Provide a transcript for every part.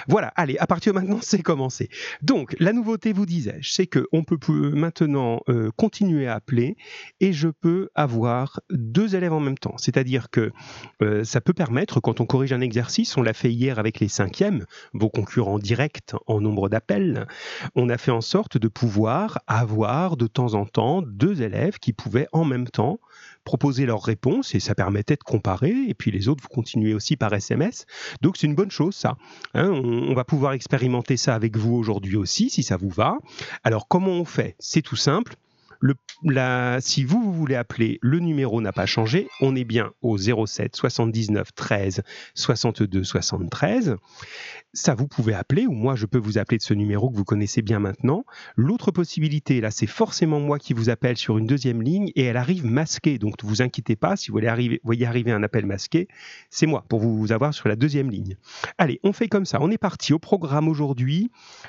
Voilà, allez, à partir de maintenant, c'est commencé. Donc, la nouveauté, vous disais-je, c'est qu'on peut maintenant continuer à appeler et je peux avoir 2 élèves en même temps. C'est-à-dire que ça peut permettre, quand on corrige un exercice, on l'a fait hier avec les 5e, vos concurrents directs en nombre d'appels, on a fait en sorte de pouvoir avoir de temps en temps 2 élèves qui pouvaient en même temps proposer leurs réponses et ça permettait de comparer et puis les autres vous continuez aussi par SMS, donc c'est une bonne chose ça. Hein, on va pouvoir expérimenter ça avec vous aujourd'hui aussi si ça vous va. Alors comment on fait ? C'est tout simple. Si vous voulez appeler, le numéro n'a pas changé, on est bien au 07 79 13 62 73. Ça, vous pouvez appeler, ou moi je peux vous appeler de ce numéro que vous connaissez bien maintenant. L'autre possibilité, là, c'est forcément moi qui vous appelle sur une 2e ligne et elle arrive masquée, donc ne vous inquiétez pas, si vous voyez arriver un appel masqué, c'est moi pour vous avoir sur la 2e ligne. Allez, on fait comme ça, on est parti au programme aujourd'hui,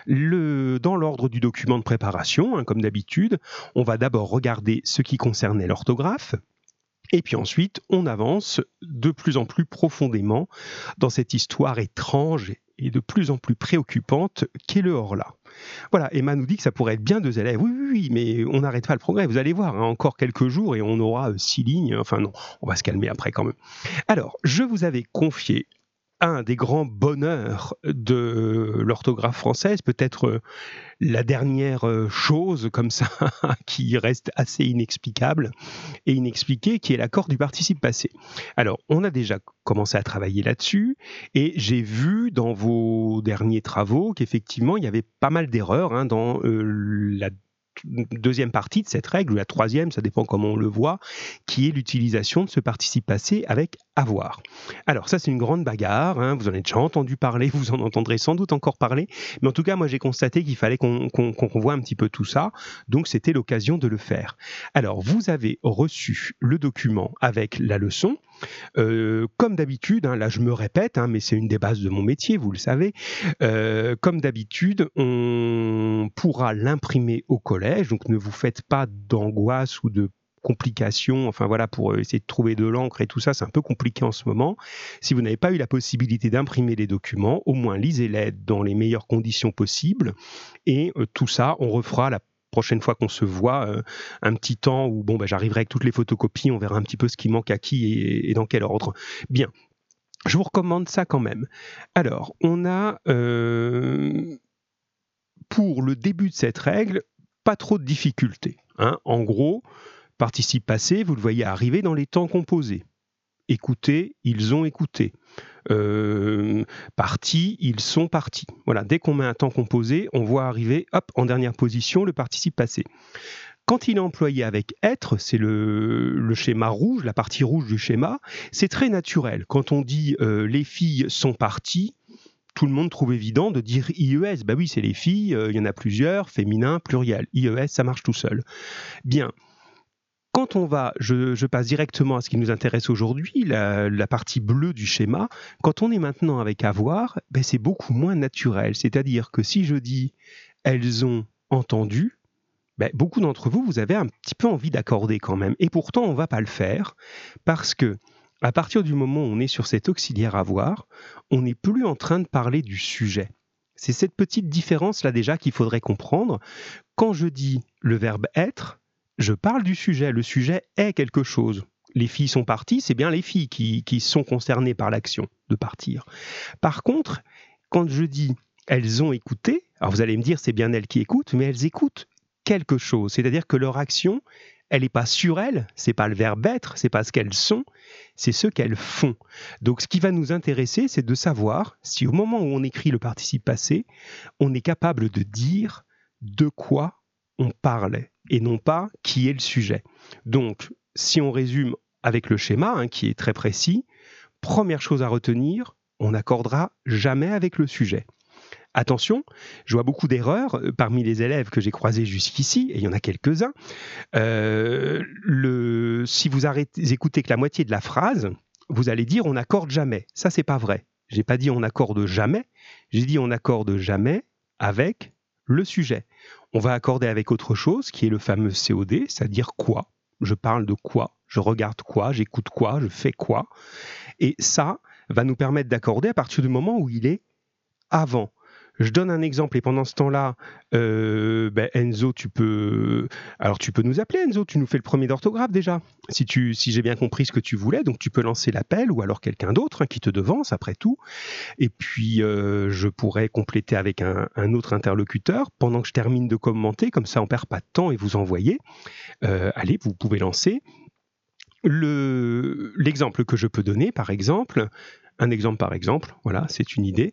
dans l'ordre du document de préparation, comme d'habitude. On va d'abord regarder ce qui concernait l'orthographe. Et puis ensuite, on avance de plus en plus profondément dans cette histoire étrange et de plus en plus préoccupante qu'est le Horla. Voilà, Emma nous dit que ça pourrait être bien 2 élèves. Oui, mais on n'arrête pas le progrès. Vous allez voir, encore quelques jours et on aura 6 lignes. Enfin non, on va se calmer après quand même. Alors, je vous avais confié un des grands bonheurs de l'orthographe française, peut-être la dernière chose comme ça qui reste assez inexplicable et inexpliquée, qui est l'accord du participe passé. Alors, on a déjà commencé à travailler là-dessus et j'ai vu dans vos derniers travaux qu'effectivement, il y avait pas mal d'erreurs dans la 2e partie de cette règle, ou la 3e, ça dépend comment on le voit, qui est l'utilisation de ce participe passé avec avoir. Alors ça, c'est une grande bagarre, vous en avez déjà entendu parler, vous en entendrez sans doute encore parler, mais en tout cas, moi j'ai constaté qu'il fallait qu'on revoie un petit peu tout ça, donc c'était l'occasion de le faire. Alors, vous avez reçu le document avec la leçon, comme d'habitude, là je me répète, mais c'est une des bases de mon métier, vous le savez, comme d'habitude, on pourra l'imprimer au collège, donc ne vous faites pas d'angoisse ou de complications, enfin voilà, pour essayer de trouver de l'encre et tout ça, c'est un peu compliqué en ce moment. Si vous n'avez pas eu la possibilité d'imprimer les documents, au moins lisez-les dans les meilleures conditions possibles, et tout ça, on refera la prochaine fois qu'on se voit, un petit temps où j'arriverai avec toutes les photocopies, on verra un petit peu ce qui manque à qui et dans quel ordre. Bien, je vous recommande ça quand même. Alors, on a, pour le début de cette règle, pas trop de difficultés. En gros, participe passé, vous le voyez arriver dans les temps composés. Écouter, ils ont écouté. Partis, ils sont partis. Voilà, dès qu'on met un temps composé, on voit arriver, en dernière position, le participe passé. Quand il est employé avec être, c'est le schéma rouge, la partie rouge du schéma, c'est très naturel. Quand on dit les filles sont parties, tout le monde trouve évident de dire IES. Oui, c'est les filles, il y en a plusieurs, féminin, pluriel. IES, ça marche tout seul. Bien. Quand on va, je passe directement à ce qui nous intéresse aujourd'hui, la partie bleue du schéma. Quand on est maintenant avec avoir, c'est beaucoup moins naturel. C'est-à-dire que si je dis « elles ont entendu », beaucoup d'entre vous, vous avez un petit peu envie d'accorder quand même. Et pourtant, on ne va pas le faire parce que à partir du moment où on est sur cet auxiliaire avoir, on n'est plus en train de parler du sujet. C'est cette petite différence-là déjà qu'il faudrait comprendre. Quand je dis le verbe être, je parle du sujet. Le sujet est quelque chose. Les filles sont parties, c'est bien les filles qui sont concernées par l'action de partir. Par contre, quand je dis elles ont écouté, alors vous allez me dire c'est bien elles qui écoutent, mais elles écoutent quelque chose. C'est-à-dire que leur action, elle n'est pas sur elles, c'est pas le verbe être, c'est pas ce qu'elles sont, c'est ce qu'elles font. Donc ce qui va nous intéresser, c'est de savoir si au moment où on écrit le participe passé, on est capable de dire de quoi on parlait et non pas qui est le sujet. Donc, si on résume avec le schéma, qui est très précis, première chose à retenir, on n'accordera jamais avec le sujet. Attention, je vois beaucoup d'erreurs parmi les élèves que j'ai croisés jusqu'ici, et il y en a quelques-uns. Si vous écoutez que la moitié de la phrase, vous allez dire on n'accorde jamais. Ça, c'est pas vrai. J'ai pas dit on n'accorde jamais, j'ai dit on n'accorde jamais avec le sujet. On va accorder avec autre chose, qui est le fameux COD, c'est-à-dire quoi. Je parle de quoi, je regarde quoi, j'écoute quoi, je fais quoi. Et ça va nous permettre d'accorder à partir du moment où il est avant. Je donne un exemple et pendant ce temps-là, Enzo, tu peux nous appeler, Enzo, tu nous fais le premier d'orthographe déjà, si j'ai bien compris ce que tu voulais, donc tu peux lancer l'appel ou alors quelqu'un d'autre qui te devance après tout, et puis je pourrais compléter avec un autre interlocuteur pendant que je termine de commenter, comme ça on perd pas de temps et vous envoyez. Allez, vous pouvez lancer. L'exemple que je peux donner, par exemple, voilà, c'est une idée.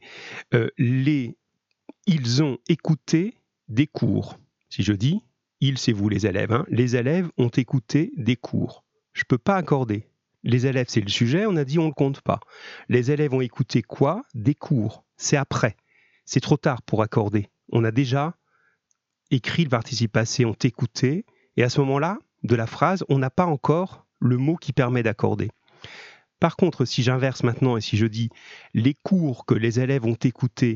Ils ont écouté des cours. Si je dis ils, c'est vous les élèves. Les élèves ont écouté des cours. Je ne peux pas accorder. Les élèves, c'est le sujet, on a dit on ne le compte pas. Les élèves ont écouté quoi? Des cours. C'est après. C'est trop tard pour accorder. On a déjà écrit le participe passé, ont écouté, et à ce moment-là, de la phrase, on n'a pas encore le mot qui permet d'accorder. Par contre, si j'inverse maintenant et si je dis les cours que les élèves ont écoutés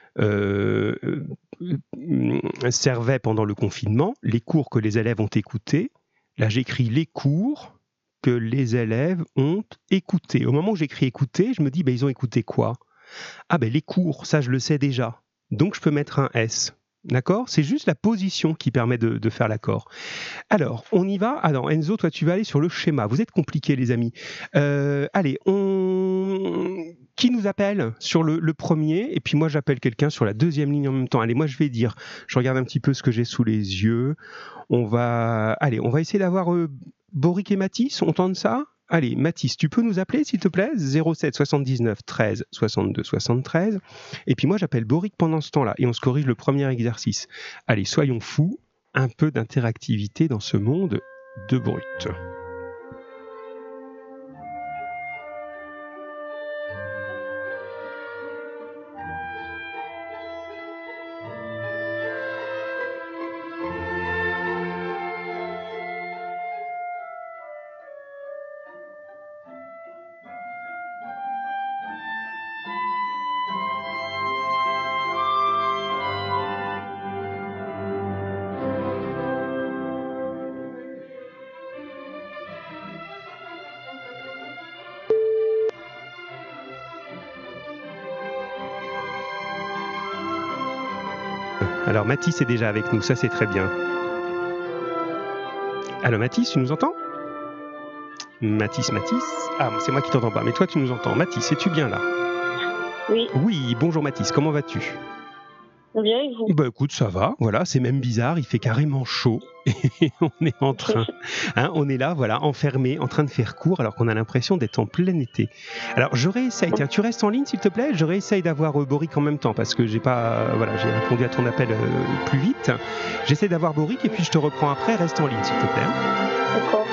servaient pendant le confinement, les cours que les élèves ont écoutés, là j'écris les cours que les élèves ont écoutés. Au moment où j'écris écouter, je me dis ils ont écouté quoi? Les cours, ça je le sais déjà, donc je peux mettre un S. D'accord? C'est juste la position qui permet de faire l'accord. Alors, on y va. Alors, Enzo, toi, tu vas aller sur le schéma. Vous êtes compliqués, les amis. Allez, qui nous appelle sur le premier? Et puis moi, j'appelle quelqu'un sur la deuxième ligne en même temps. Allez, moi, je vais dire, je regarde un petit peu ce que j'ai sous les yeux. On va essayer d'avoir Boric et Mathis. On tente ça? Allez, Mathis, tu peux nous appeler, s'il te plaît? 07 79 13 62 73. Et puis moi, j'appelle Boric pendant ce temps-là. Et on se corrige le premier exercice. Allez, soyons fous. Un peu d'interactivité dans ce monde de brut. Alors Mathis est déjà avec nous, ça c'est très bien. Allô Mathis, tu nous entends? Mathis. Ah, c'est moi qui t'entends pas, mais toi tu nous entends. Mathis, es-tu bien là? Oui. Oui, bonjour Mathis, comment vas-tu? Bien, et vous? Écoute, ça va, voilà, c'est même bizarre, il fait carrément chaud et on est en train, on est là, voilà, enfermé, en train de faire cours alors qu'on a l'impression d'être en plein été. Alors je réessaye, tiens, tu restes en ligne s'il te plaît, je réessaye d'avoir Boric en même temps parce que j'ai répondu à ton appel plus vite. J'essaie d'avoir Boric et puis je te reprends après, reste en ligne s'il te plaît. D'accord.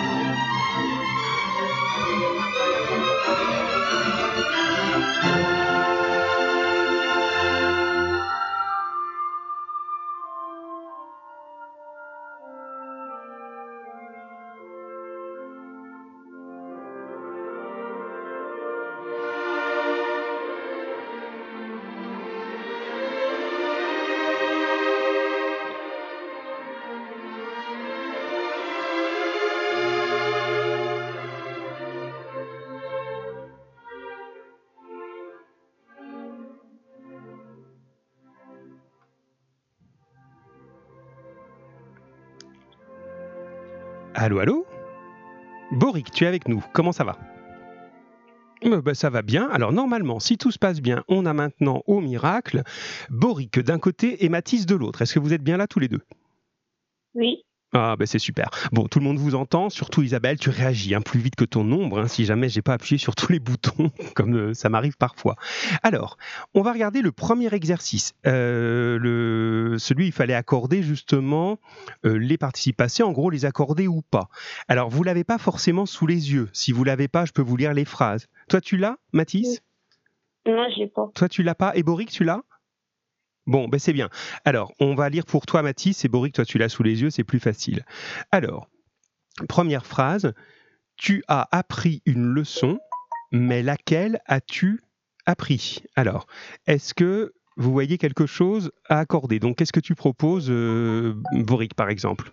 Allô? Boric, tu es avec nous, comment ça va? Ça va bien. Alors normalement, si tout se passe bien, on a maintenant au miracle Boric d'un côté et Mathis de l'autre. Est-ce que vous êtes bien là tous les deux? Oui. Ah c'est super. Bon, tout le monde vous entend, surtout Isabelle, tu réagis plus vite que ton ombre, si jamais j'ai pas appuyé sur tous les boutons, comme ça m'arrive parfois. Alors, on va regarder le premier exercice. Celui il fallait accorder justement les participes passés, en gros les accorder ou pas. Alors, vous l'avez pas forcément sous les yeux. Si vous l'avez pas, je peux vous lire les phrases. Toi, tu l'as, Mathis? Non, je l'ai pas. Toi, tu l'as pas. Et Boric, tu l'as? Bon, c'est bien. Alors, on va lire pour toi, Mathis, et Boric, toi, tu l'as sous les yeux, c'est plus facile. Alors, première phrase, tu as appris une leçon, mais laquelle as-tu appris? Alors, est-ce que vous voyez quelque chose à accorder? Donc, qu'est-ce que tu proposes, Boric, par exemple?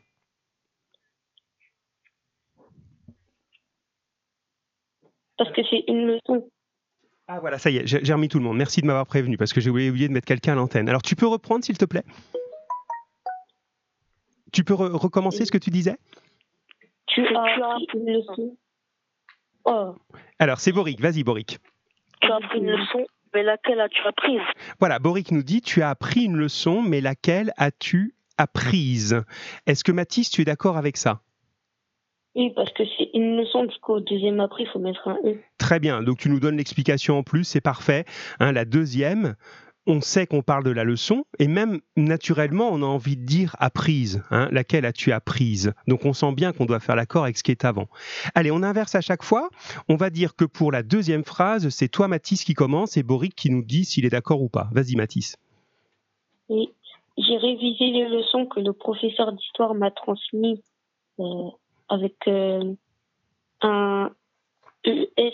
Parce que c'est une leçon. Ah voilà, ça y est, j'ai remis tout le monde. Merci de m'avoir prévenu parce que j'ai oublié de mettre quelqu'un à l'antenne. Alors tu peux reprendre s'il te plaît? Tu peux recommencer ce que tu disais? Tu as appris une leçon. Oh. Alors c'est Boric, vas-y Boric. Tu as appris une leçon, mais laquelle as-tu apprise? Voilà, Boric nous dit tu as appris une leçon, mais laquelle as-tu apprise? Est-ce que Mathis, tu es d'accord avec ça? Oui, parce que c'est une leçon, du coup, au deuxième appris, il faut mettre un E. Très bien, donc tu nous donnes l'explication en plus, c'est parfait. Hein, la deuxième, on sait qu'on parle de la leçon, et même naturellement, on a envie de dire apprise. Hein, laquelle as-tu apprise? Donc on sent bien qu'on doit faire l'accord avec ce qui est avant. Allez, on inverse à chaque fois. On va dire que pour la deuxième phrase, c'est toi Mathis qui commence et Boric qui nous dit s'il est d'accord ou pas. Vas-y Mathis. Oui. J'ai révisé les leçons que le professeur d'histoire m'a transmises avec un ES.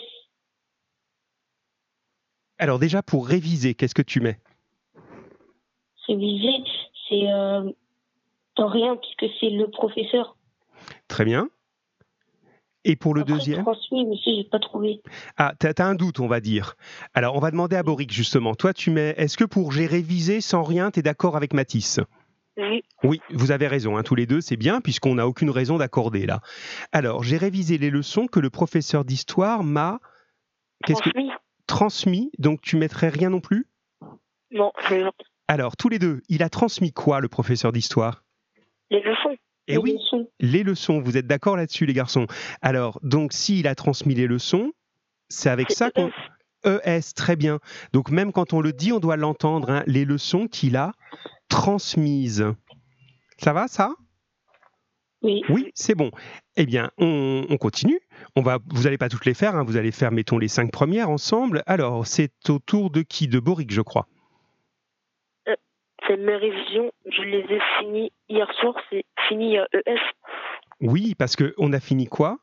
Alors déjà, pour réviser, qu'est-ce que tu mets? Réviser, c'est rien, puisque c'est le professeur. Très bien. Et pour le Après, deuxième? transmis, monsieur, j'ai pas trouvé. Ah, t'as un doute, on va dire. Alors, on va demander à Boric, justement. Toi, tu mets... Est-ce que pour j'ai révisé sans rien, t'es d'accord avec Mathis? Oui. Oui, vous avez raison, hein, tous les deux, c'est bien, puisqu'on n'a aucune raison d'accorder, là. Alors, j'ai révisé les leçons que le professeur d'histoire m'a... Transmis, donc tu mettrais rien non plus? Non, rien. Alors, tous les deux, il a transmis quoi, le professeur d'histoire? Les leçons. Eh oui, les leçons, vous êtes d'accord là-dessus, les garçons? Alors, donc, s'il a transmis les leçons, c'est avec ça qu'on... ES, très bien. Donc, même quand on le dit, on doit l'entendre, hein, les leçons qu'il a transmises. Ça va, ça? Oui. Oui, c'est bon. Eh bien, on continue. Vous n'allez pas toutes les faire, hein, vous allez faire, mettons, les 5 premières ensemble. Alors, c'est au tour de qui? De Boric, je crois. C'est mes révisions, je les ai finies hier soir, c'est fini ES. Oui, parce qu'on a fini quoi?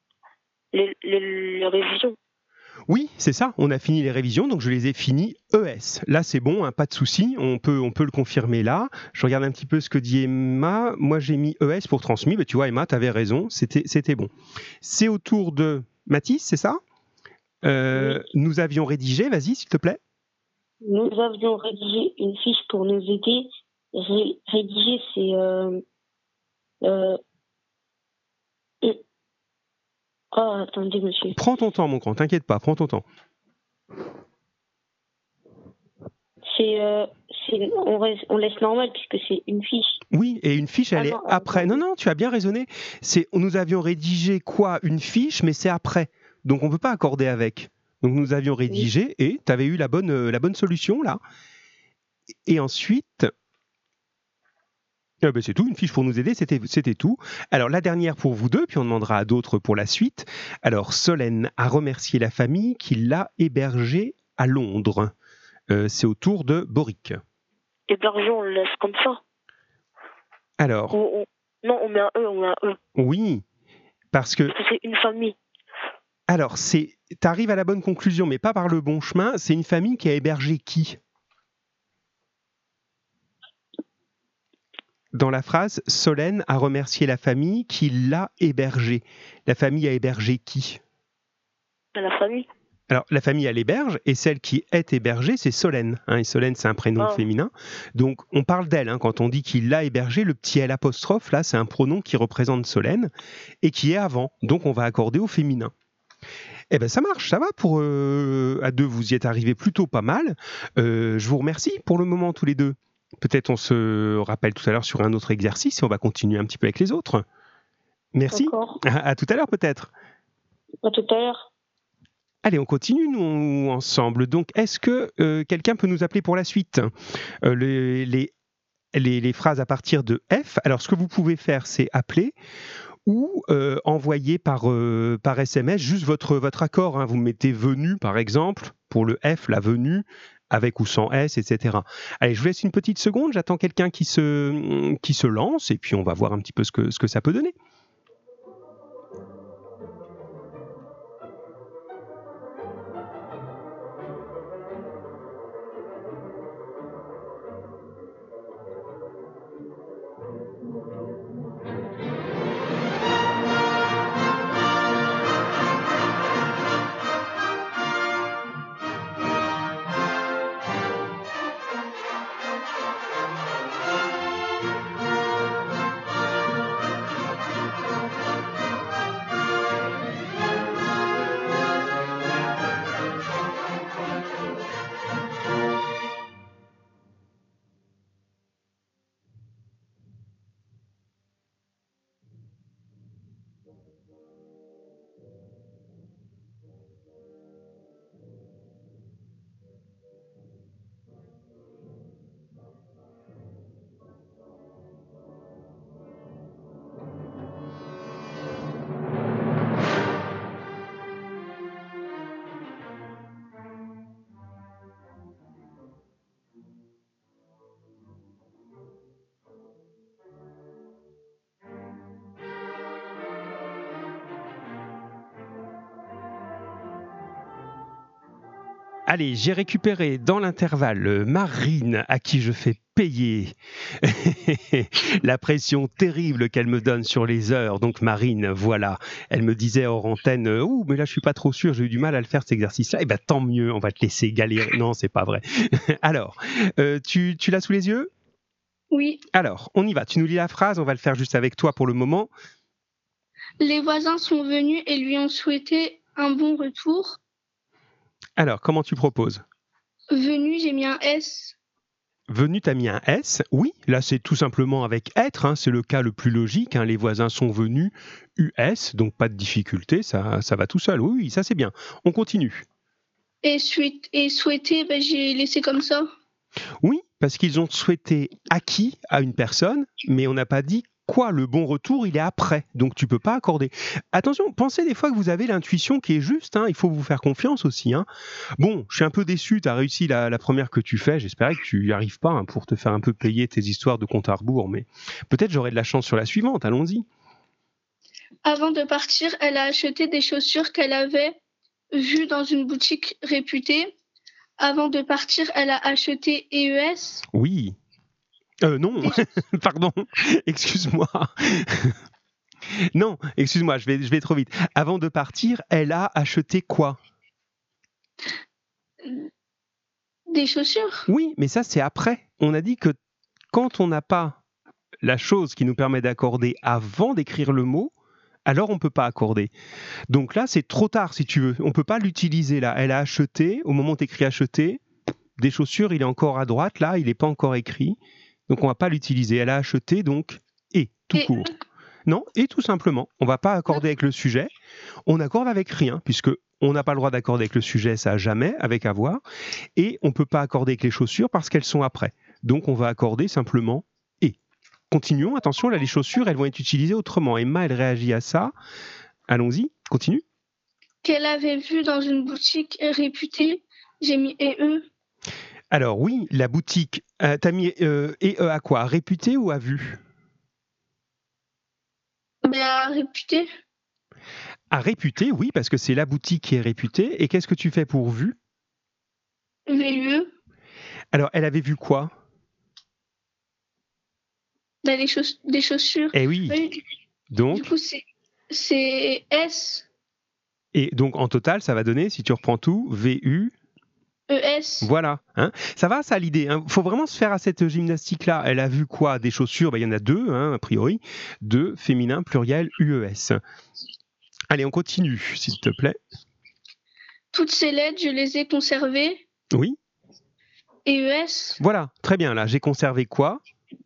Les révisions. Oui, c'est ça, on a fini les révisions, donc je les ai finies ES. Là, c'est bon, hein, pas de souci, on peut le confirmer là. Je regarde un petit peu ce que dit Emma. Moi, j'ai mis ES pour transmis, mais tu vois, Emma, tu avais raison, c'était bon. C'est au tour de Mathis, c'est ça? Oui. Nous avions rédigé, vas-y, s'il te plaît. Nous avions rédigé une fiche pour nous aider. Rédiger, c'est... Oh, attendez, monsieur. Prends ton temps, mon grand, t'inquiète pas, prends ton temps. On laisse normal puisque c'est une fiche. Oui, et une fiche, elle est après. Attends. Non, tu as bien raisonné. Nous avions rédigé quoi? Une fiche, mais c'est après. Donc on ne peut pas accorder avec. Donc nous avions rédigé et tu avais eu la bonne solution là. Et ensuite, c'est tout, une fiche pour nous aider, c'était tout. Alors la dernière pour vous deux, puis on demandera à d'autres pour la suite. Alors Solène a remercié la famille qui l'a hébergée à Londres. C'est au tour de Boric. Héberger, on le laisse comme ça. Alors. Non, on met un E, Oui, parce que c'est une famille. Alors, t'arrives à la bonne conclusion, mais pas par le bon chemin. C'est une famille qui a hébergé qui? Dans la phrase, Solène a remercié la famille qui l'a hébergé. La famille a hébergé qui? La famille. Alors, la famille, elle héberge, et celle qui est hébergée, c'est Solène. Hein, et Solène, c'est un prénom féminin. Donc, on parle d'elle. Hein, quand on dit qu'il l'a hébergé, le petit L apostrophe, là, c'est un pronom qui représente Solène, et qui est avant. Donc, on va accorder au féminin. Eh bien, ça marche, ça va pour à deux, vous y êtes arrivés plutôt pas mal. Je vous remercie pour le moment tous les deux. Peut-être on se rappelle tout à l'heure sur un autre exercice et on va continuer un petit peu avec les autres. Merci. À tout à l'heure peut-être. À tout à l'heure. Allez, on continue nous ensemble. Donc, est-ce que quelqu'un peut nous appeler pour la suite? Les phrases à partir de F. Alors, ce que vous pouvez faire, c'est appeler ou envoyer par SMS juste votre accord. Hein. Vous mettez venu, par exemple, pour le F, la venue, avec ou sans S, etc. Allez, je vous laisse une petite seconde, j'attends quelqu'un qui se lance, et puis on va voir un petit peu ce que ça peut donner. Allez, j'ai récupéré dans l'intervalle Marine, à qui je fais payer la pression terrible qu'elle me donne sur les heures. Donc Marine, voilà, elle me disait hors antenne, ouh, mais là je suis pas trop sûr, j'ai eu du mal à le faire cet exercice-là. Eh ben tant mieux, on va te laisser galérer. Non, c'est pas vrai. Alors, tu l'as sous les yeux ? Oui. Alors, on y va. Tu nous lis la phrase, on va le faire juste avec toi pour le moment. Les voisins sont venus et lui ont souhaité un bon retour. Alors, comment tu proposes ? Venu, j'ai mis un S. Venu, t'as mis un S. Oui, là c'est tout simplement avec être, hein, c'est le cas le plus logique. Hein, les voisins sont venus, US, donc pas de difficulté, ça va tout seul. Oui, ça c'est bien. On continue. Et souhaité, ben, j'ai laissé comme ça. Oui, parce qu'ils ont souhaité acquis à une personne, mais on n'a pas dit quoi. Le bon retour, il est après, donc tu peux pas accorder. Attention, pensez des fois que vous avez l'intuition qui est juste, hein, il faut vous faire confiance aussi. Hein. Bon, je suis un peu déçu, tu as réussi la première que tu fais, j'espérais que tu n'y arrives pas, hein, pour te faire un peu payer tes histoires de compte à rebours, mais peut-être j'aurai de la chance sur la suivante, allons-y. Avant de partir, elle a acheté des chaussures qu'elle avait vues dans une boutique réputée. Avant de partir, elle a acheté EES. Oui. Non, pardon, excuse-moi. Non, excuse-moi, je vais trop vite. Avant de partir, elle a acheté quoi ? Des chaussures. Oui, mais ça c'est après. On a dit que quand on n'a pas la chose qui nous permet d'accorder avant d'écrire le mot, alors on ne peut pas accorder. Donc là, c'est trop tard si tu veux. On ne peut pas l'utiliser là. Elle a acheté, au moment où tu écris acheter, des chaussures, il est encore à droite, là, il n'est pas encore écrit. Donc on ne va pas l'utiliser. Elle a acheté, donc, et, tout court. Non, et tout simplement. On ne va pas accorder avec le sujet. On accorde avec rien, puisque on n'a pas le droit d'accorder avec le sujet, ça jamais, avec avoir. Et on ne peut pas accorder avec les chaussures parce qu'elles sont après. Donc on va accorder simplement et. Continuons, attention, là les chaussures, elles vont être utilisées autrement. Emma, elle réagit à ça. Allons-y, continue. Qu'elle avait vu dans une boutique réputée, j'ai mis EE. Alors oui, la boutique, t'as mis et à quoi ? À réputé ou à vue ? Ben, à réputée. À réputé, oui, parce que c'est la boutique qui est réputée. Et qu'est-ce que tu fais pour vue ? VUE. Alors, elle avait vu quoi ? Ben, des chaussures. Eh oui. Donc, du coup, c'est S. Et donc, en total, ça va donner, si tu reprends tout, VU. ES. Voilà. Hein. Ça va, ça, l'idée. Il faut vraiment se faire à cette gymnastique-là. Elle a vu quoi ? Des chaussures, il y en a deux, hein, a priori. Deux, féminin, pluriel, UES. Allez, on continue, s'il te plaît. Toutes ces lettres, je les ai conservées. Oui. ES. Voilà, très bien. Là, j'ai conservé quoi ?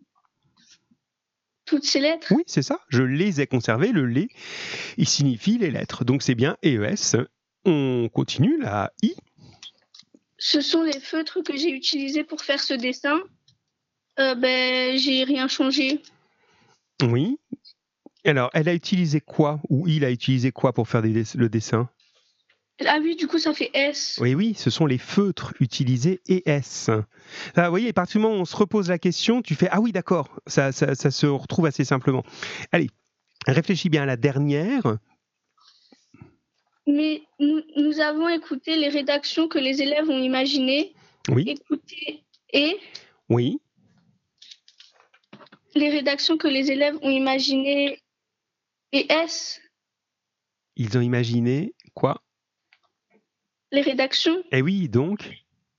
Toutes ces lettres ? Oui, c'est ça. Je les ai conservées. Le les, il signifie les lettres. Donc, c'est bien ES. On continue, la I. Ce sont les feutres que j'ai utilisés pour faire ce dessin. Ben, j'ai rien changé. Oui. Alors, elle a utilisé quoi ? Ou il a utilisé quoi pour faire le dessin ? Ah oui, du coup, ça fait S. Oui, ce sont les feutres utilisés ES. Vous voyez, à partir du moment où on se repose la question, tu fais « Ah oui, d'accord », ça se retrouve assez simplement. Allez, réfléchis bien à la dernière. Mais nous avons écouté les rédactions que les élèves ont imaginées. Oui. Écouté et. Oui. Les rédactions que les élèves ont imaginées et S. Ils ont imaginé quoi ? Les rédactions. Eh oui, donc.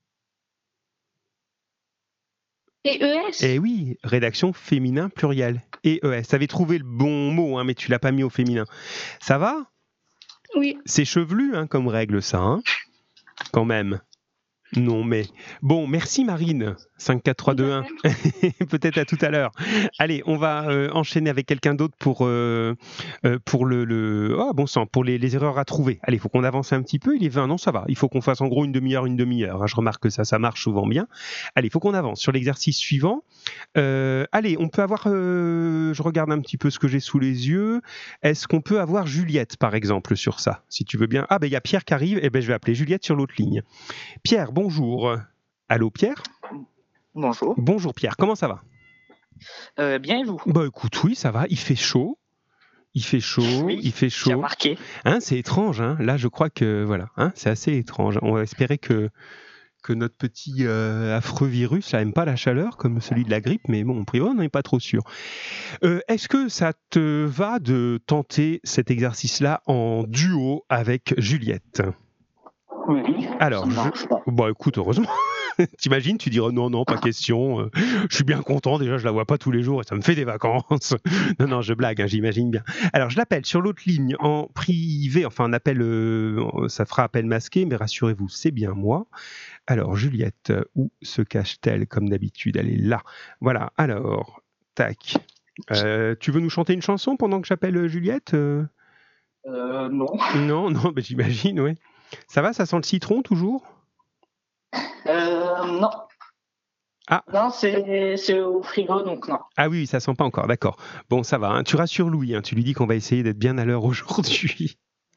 Et ES. Eh oui, rédaction féminin pluriel. Et ES. Tu avais trouvé le bon mot, hein, mais tu l'as pas mis au féminin. Ça va ? Oui. C'est chevelu, hein, comme règle, ça, hein, quand même. Non, mais bon, merci Marine. 5, 4, 3, 2, 1. Peut-être à tout à l'heure. Allez, on va enchaîner avec quelqu'un d'autre pour le oh, bon sang, pour les erreurs à trouver. Allez, il faut qu'on avance un petit peu. Il est 20, non, ça va. Il faut qu'on fasse en gros une demi-heure. Hein. Je remarque que ça marche souvent bien. Allez, il faut qu'on avance sur l'exercice suivant. Allez, on peut avoir... je regarde un petit peu ce que j'ai sous les yeux. Est-ce qu'on peut avoir Juliette, par exemple, sur ça, si tu veux bien ? Ah, ben il y a Pierre qui arrive. Eh ben je vais appeler Juliette sur l'autre ligne. Pierre, bonjour. Allô, Pierre ? Bonjour. Bonjour Pierre, comment ça va ? Bien et vous ? Bah écoute, oui, ça va, il fait chaud. Il fait chaud, Oui, il fait j'ai chaud. remarqué. Hein, c'est étrange, hein. Là, je crois que voilà, hein, c'est assez étrange. On va espérer que notre petit affreux virus n'aime pas la chaleur comme celui de la grippe, mais bon, a priori, on n'est pas trop sûr. Est-ce que ça te va de tenter cet exercice-là en duo avec Juliette? Oui, Alors, ça me dérange pas. bon, écoute, heureusement. T'imagines, tu dirais non, pas question. Je suis bien content, déjà, je la vois pas tous les jours et ça me fait des vacances. Non, je blague, hein, j'imagine bien. Alors, je l'appelle sur l'autre ligne en privé, enfin, un appel, ça fera appel masqué, mais rassurez-vous, c'est bien moi. Alors, Juliette, où se cache-t-elle comme d'habitude? Elle est là. Voilà, alors, tac. Tu veux nous chanter une chanson pendant que j'appelle Juliette? Non. Non, bah, j'imagine, oui. Ça va, ça sent le citron toujours? Non. Ah. Non, c'est au frigo, donc non. Ah oui, ça sent pas encore, d'accord. Bon, ça va, hein. Tu rassures Louis, hein. Tu lui dis qu'on va essayer d'être bien à l'heure aujourd'hui.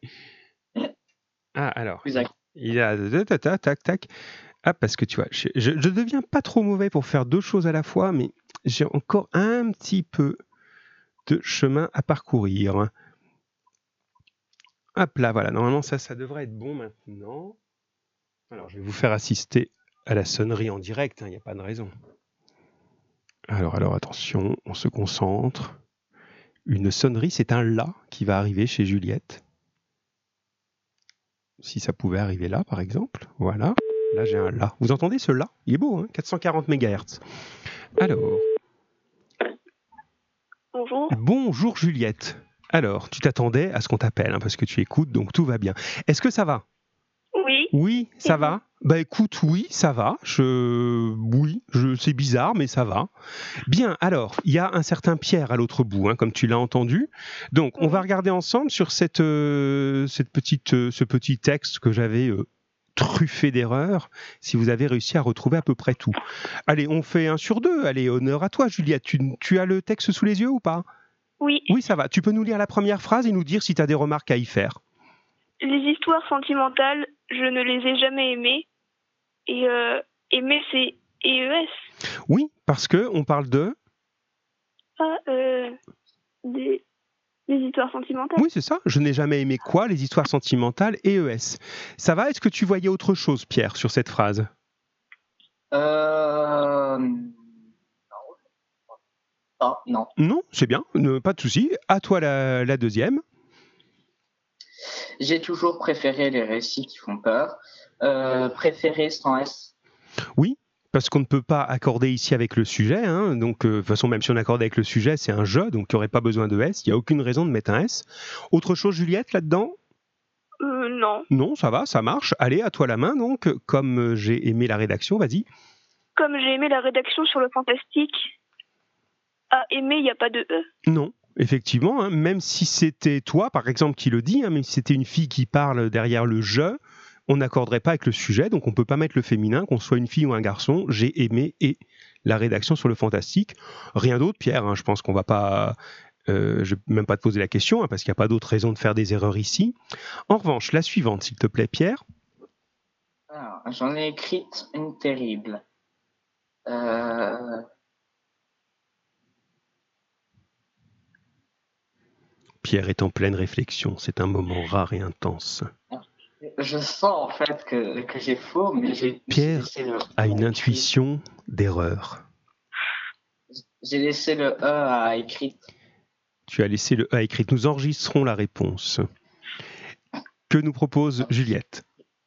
Ah, alors, Exact. il a... Tac. Ah, parce que tu vois, je deviens pas trop mauvais pour faire deux choses à la fois, mais j'ai encore un petit peu de chemin à parcourir. Hop là, voilà, normalement ça devrait être bon maintenant. Alors, je vais vous faire assister à la sonnerie en direct, il n'y a pas de raison. Alors, attention, on se concentre. Une sonnerie, c'est un la qui va arriver chez Juliette. Si ça pouvait arriver là, par exemple. Voilà, là j'ai un la. Vous entendez ce la? Il est beau, hein, 440 MHz. Alors. Bonjour. Bonjour Juliette. Alors, tu t'attendais à ce qu'on t'appelle, hein, parce que tu écoutes, donc tout va bien. Est-ce que ça va? Oui. Oui, ça va. Bah écoute, oui, ça va. C'est bizarre, mais ça va. Bien, alors, il y a un certain Pierre à l'autre bout, hein, comme tu l'as entendu. Donc, on va regarder ensemble sur ce petit texte que j'avais truffé d'erreurs, si vous avez réussi à retrouver à peu près tout. Allez, on fait 1 sur 2. Allez, honneur à toi, Juliette. Tu as le texte sous les yeux ou pas? Oui. Oui, ça va. Tu peux nous lire la première phrase et nous dire si tu as des remarques à y faire. Les histoires sentimentales, je ne les ai jamais aimées. Et aimer, c'est EES. Oui, parce que on parle de... Des histoires sentimentales. Oui, c'est ça. Je n'ai jamais aimé quoi? Les histoires sentimentales et ES. Ça va? Est-ce que tu voyais autre chose, Pierre, sur cette phrase? Non. Non, c'est bien. Pas de souci. À toi la deuxième. J'ai toujours préféré les récits qui font peur. Préféré sans S. Oui, parce qu'on ne peut pas accorder ici avec le sujet. Hein. Donc, de toute façon, même si on accorde avec le sujet, c'est un jeu, donc il n'y aurait pas besoin de S. Il n'y a aucune raison de mettre un S. Autre chose, Juliette, là-dedans? Non. Non, ça va, ça marche. Allez, à toi la main, donc. Comme j'ai aimé la rédaction, vas-y. Comme j'ai aimé la rédaction sur le fantastique, à aimer, il n'y a pas de E. Non. Effectivement, hein, même si c'était toi, par exemple, qui le dit, hein, même si c'était une fille qui parle derrière le « je », on n'accorderait pas avec le sujet, donc on ne peut pas mettre le féminin, qu'on soit une fille ou un garçon. J'ai aimé et la rédaction sur le fantastique. Rien d'autre, Pierre, hein, je pense qu'on va pas... je ne vais même pas te poser la question, hein, parce qu'il n'y a pas d'autre raison de faire des erreurs ici. En revanche, la suivante, s'il te plaît, Pierre. Alors, j'en ai écrite une terrible. Pierre est en pleine réflexion. C'est un moment rare et intense. Je sens en fait que j'ai faux, mais Pierre a une intuition d'erreur. J'ai laissé le E à écrit. Tu as laissé le E à écrit. Nous enregistrons la réponse. Que nous propose Juliette?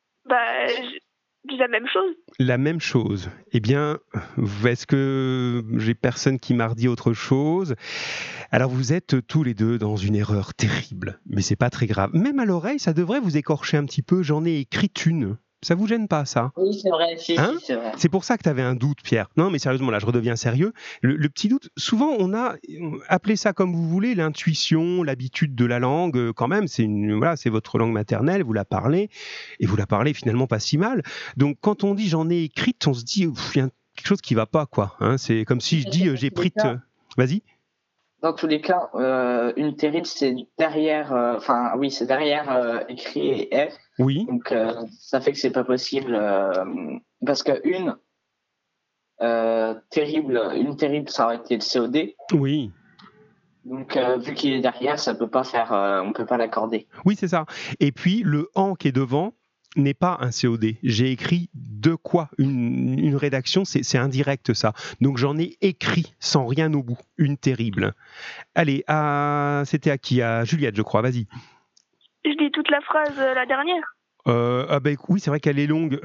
La même chose. La même chose. Eh bien, est-ce que j'ai personne qui m'a redit autre chose? Alors, vous êtes tous les deux dans une erreur terrible, mais c'est pas très grave. Même à l'oreille, ça devrait vous écorcher un petit peu. J'en ai écrite une. Ça vous gêne pas, ça? Oui, c'est vrai, Hein? c'est vrai. C'est pour ça que tu avais un doute, Pierre. Non, mais sérieusement, là, je redeviens sérieux. Le petit doute, souvent, on a, appelez ça comme vous voulez, l'intuition, l'habitude de la langue, quand même, c'est votre langue maternelle, vous la parlez, et vous la parlez finalement pas si mal. Donc, quand on dit j'en ai écrite, on se dit, il y a quelque chose qui va pas, quoi. Hein, c'est comme si je dis j'ai pris... Vas-y. Dans tous les cas, une terrible, c'est derrière, c'est derrière écrit et F. Oui. Donc, ça fait que c'est pas possible, parce que une terrible, ça aurait été le COD. Oui. Donc, vu qu'il est derrière, ça peut pas faire, on peut pas l'accorder. Oui, c'est ça. Et puis, le en qui est devant n'est pas un COD. J'ai écrit de quoi une rédaction, c'est indirect ça. Donc, j'en ai écrit sans rien au bout. Une terrible. Allez, c'était à qui? À Juliette, je crois. Vas-y. Je dis toute la phrase, la dernière. Oui, c'est vrai qu'elle est longue.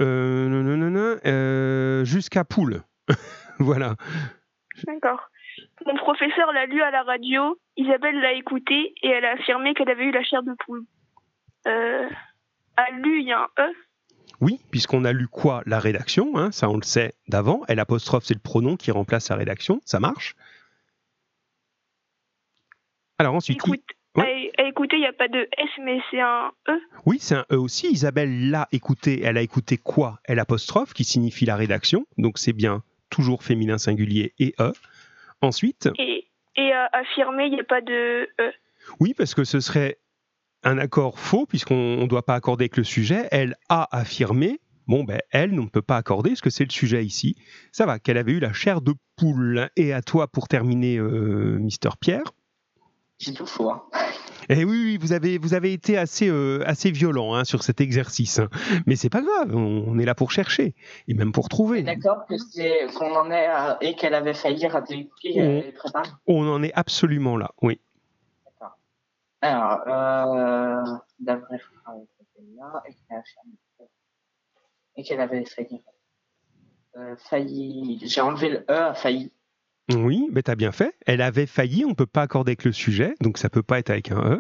Jusqu'à poule. Voilà. D'accord. Mon professeur l'a lu à la radio, Isabelle l'a écouté et elle a affirmé qu'elle avait eu la chair de poule. À lu, il y a un E. Oui, puisqu'on a lu quoi? La rédaction, hein, ça on le sait d'avant. L'apostrophe, c'est le pronom qui remplace la rédaction. Ça marche. Alors ensuite... À écouter, il n'y a pas de S, mais c'est un E. Oui, c'est un E aussi. Isabelle l'a écouté. Elle a écouté quoi? L'apostrophe, qui signifie la rédaction. Donc c'est bien toujours féminin singulier et E. Ensuite... Et à affirmer, il n'y a pas de E. Oui, parce que ce serait un accord faux, puisqu'on ne doit pas accorder avec le sujet. Elle a affirmé. Bon, elle, on ne peut pas accorder, parce que c'est le sujet ici. Ça va, qu'elle avait eu la chair de poule. Et à toi, pour terminer, Mister Pierre. J'ai tout faux. Et oui, vous avez été assez violent sur cet exercice. Mais c'est pas grave, on est là pour chercher. Et même pour trouver. D'accord, qu'on en est et qu'elle avait failli rater les prépares. On en est absolument là, oui. D'accord. Alors, d'après là, et qu'elle avait failli. J'ai enlevé le E à failli. Oui, mais t'as bien fait. Elle avait failli, on ne peut pas accorder avec le sujet, donc ça peut pas être avec un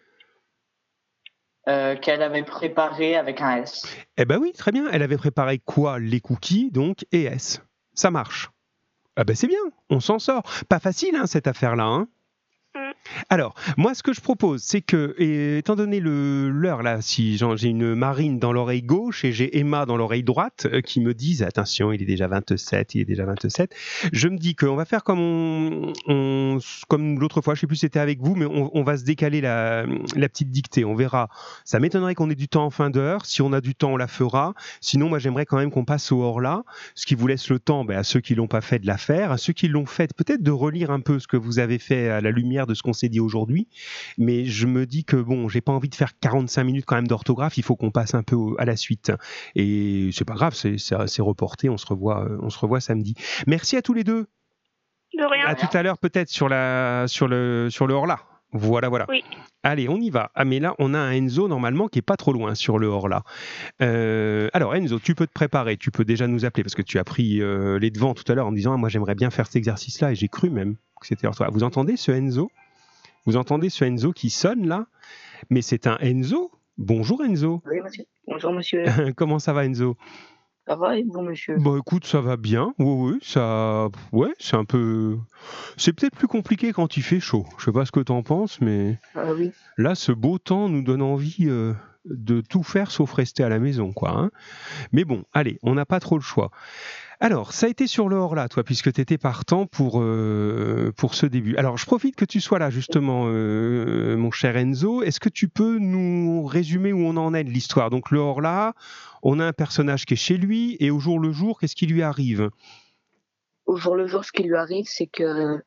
E. Qu'elle avait préparé avec un S. Eh ben oui, très bien. Elle avait préparé quoi? Les cookies, donc, et S. Ça marche. Ah ben c'est bien, on s'en sort. Pas facile, cette affaire-là, hein. Alors, moi, ce que je propose, c'est que, étant donné l'heure, là, si j'ai une Marine dans l'oreille gauche et j'ai Emma dans l'oreille droite qui me disent, attention, il est déjà 27, je me dis qu'on va faire comme comme l'autre fois, je ne sais plus si c'était avec vous, mais on va se décaler la petite dictée, on verra. Ça m'étonnerait qu'on ait du temps en fin d'heure. Si on a du temps, on la fera. Sinon, moi, j'aimerais quand même qu'on passe au hors-là, ce qui vous laisse le temps à ceux qui ne l'ont pas fait de la faire, à ceux qui l'ont fait, peut-être de relire un peu ce que vous avez fait à la lumière de ce qu'on s'est dit aujourd'hui, mais je me dis que bon, j'ai pas envie de faire 45 minutes quand même d'orthographe, il faut qu'on passe un peu à la suite. Et c'est pas grave, c'est reporté, on se revoit samedi. Merci à tous les deux. De rien. À tout à l'heure peut-être sur le hors-là. Voilà. Oui. Allez, on y va. Ah, mais là, on a un Enzo, normalement, qui est pas trop loin sur le hors-là. Alors, Enzo, tu peux te préparer. Tu peux déjà nous appeler, parce que tu as pris les devants tout à l'heure en me disant, moi, j'aimerais bien faire cet exercice-là, et j'ai cru même que c'était toi. Vous entendez ce Enzo? Vous entendez ce Enzo qui sonne, là? Mais c'est un Enzo. Bonjour, Enzo. Oui, monsieur. Bonjour, monsieur. Comment ça va, Enzo? Ça va et bon, monsieur? Bon, écoute, ça va bien. Oui, ça... Ouais, c'est un peu... C'est peut-être plus compliqué quand il fait chaud. Je sais pas ce que t'en penses, mais... Ah oui. Là, ce beau temps nous donne envie de tout faire sauf rester à la maison, quoi. Hein. Mais bon, allez, on n'a pas trop le choix. Alors, ça a été sur le hors-là, toi, puisque tu étais partant pour ce début. Alors, je profite que tu sois là, justement, mon cher Enzo. Est-ce que tu peux nous résumer où on en est de l'histoire? Donc, le hors-là, on a un personnage qui est chez lui, et au jour le jour, qu'est-ce qui lui arrive? Au jour le jour, ce qui lui arrive, c'est que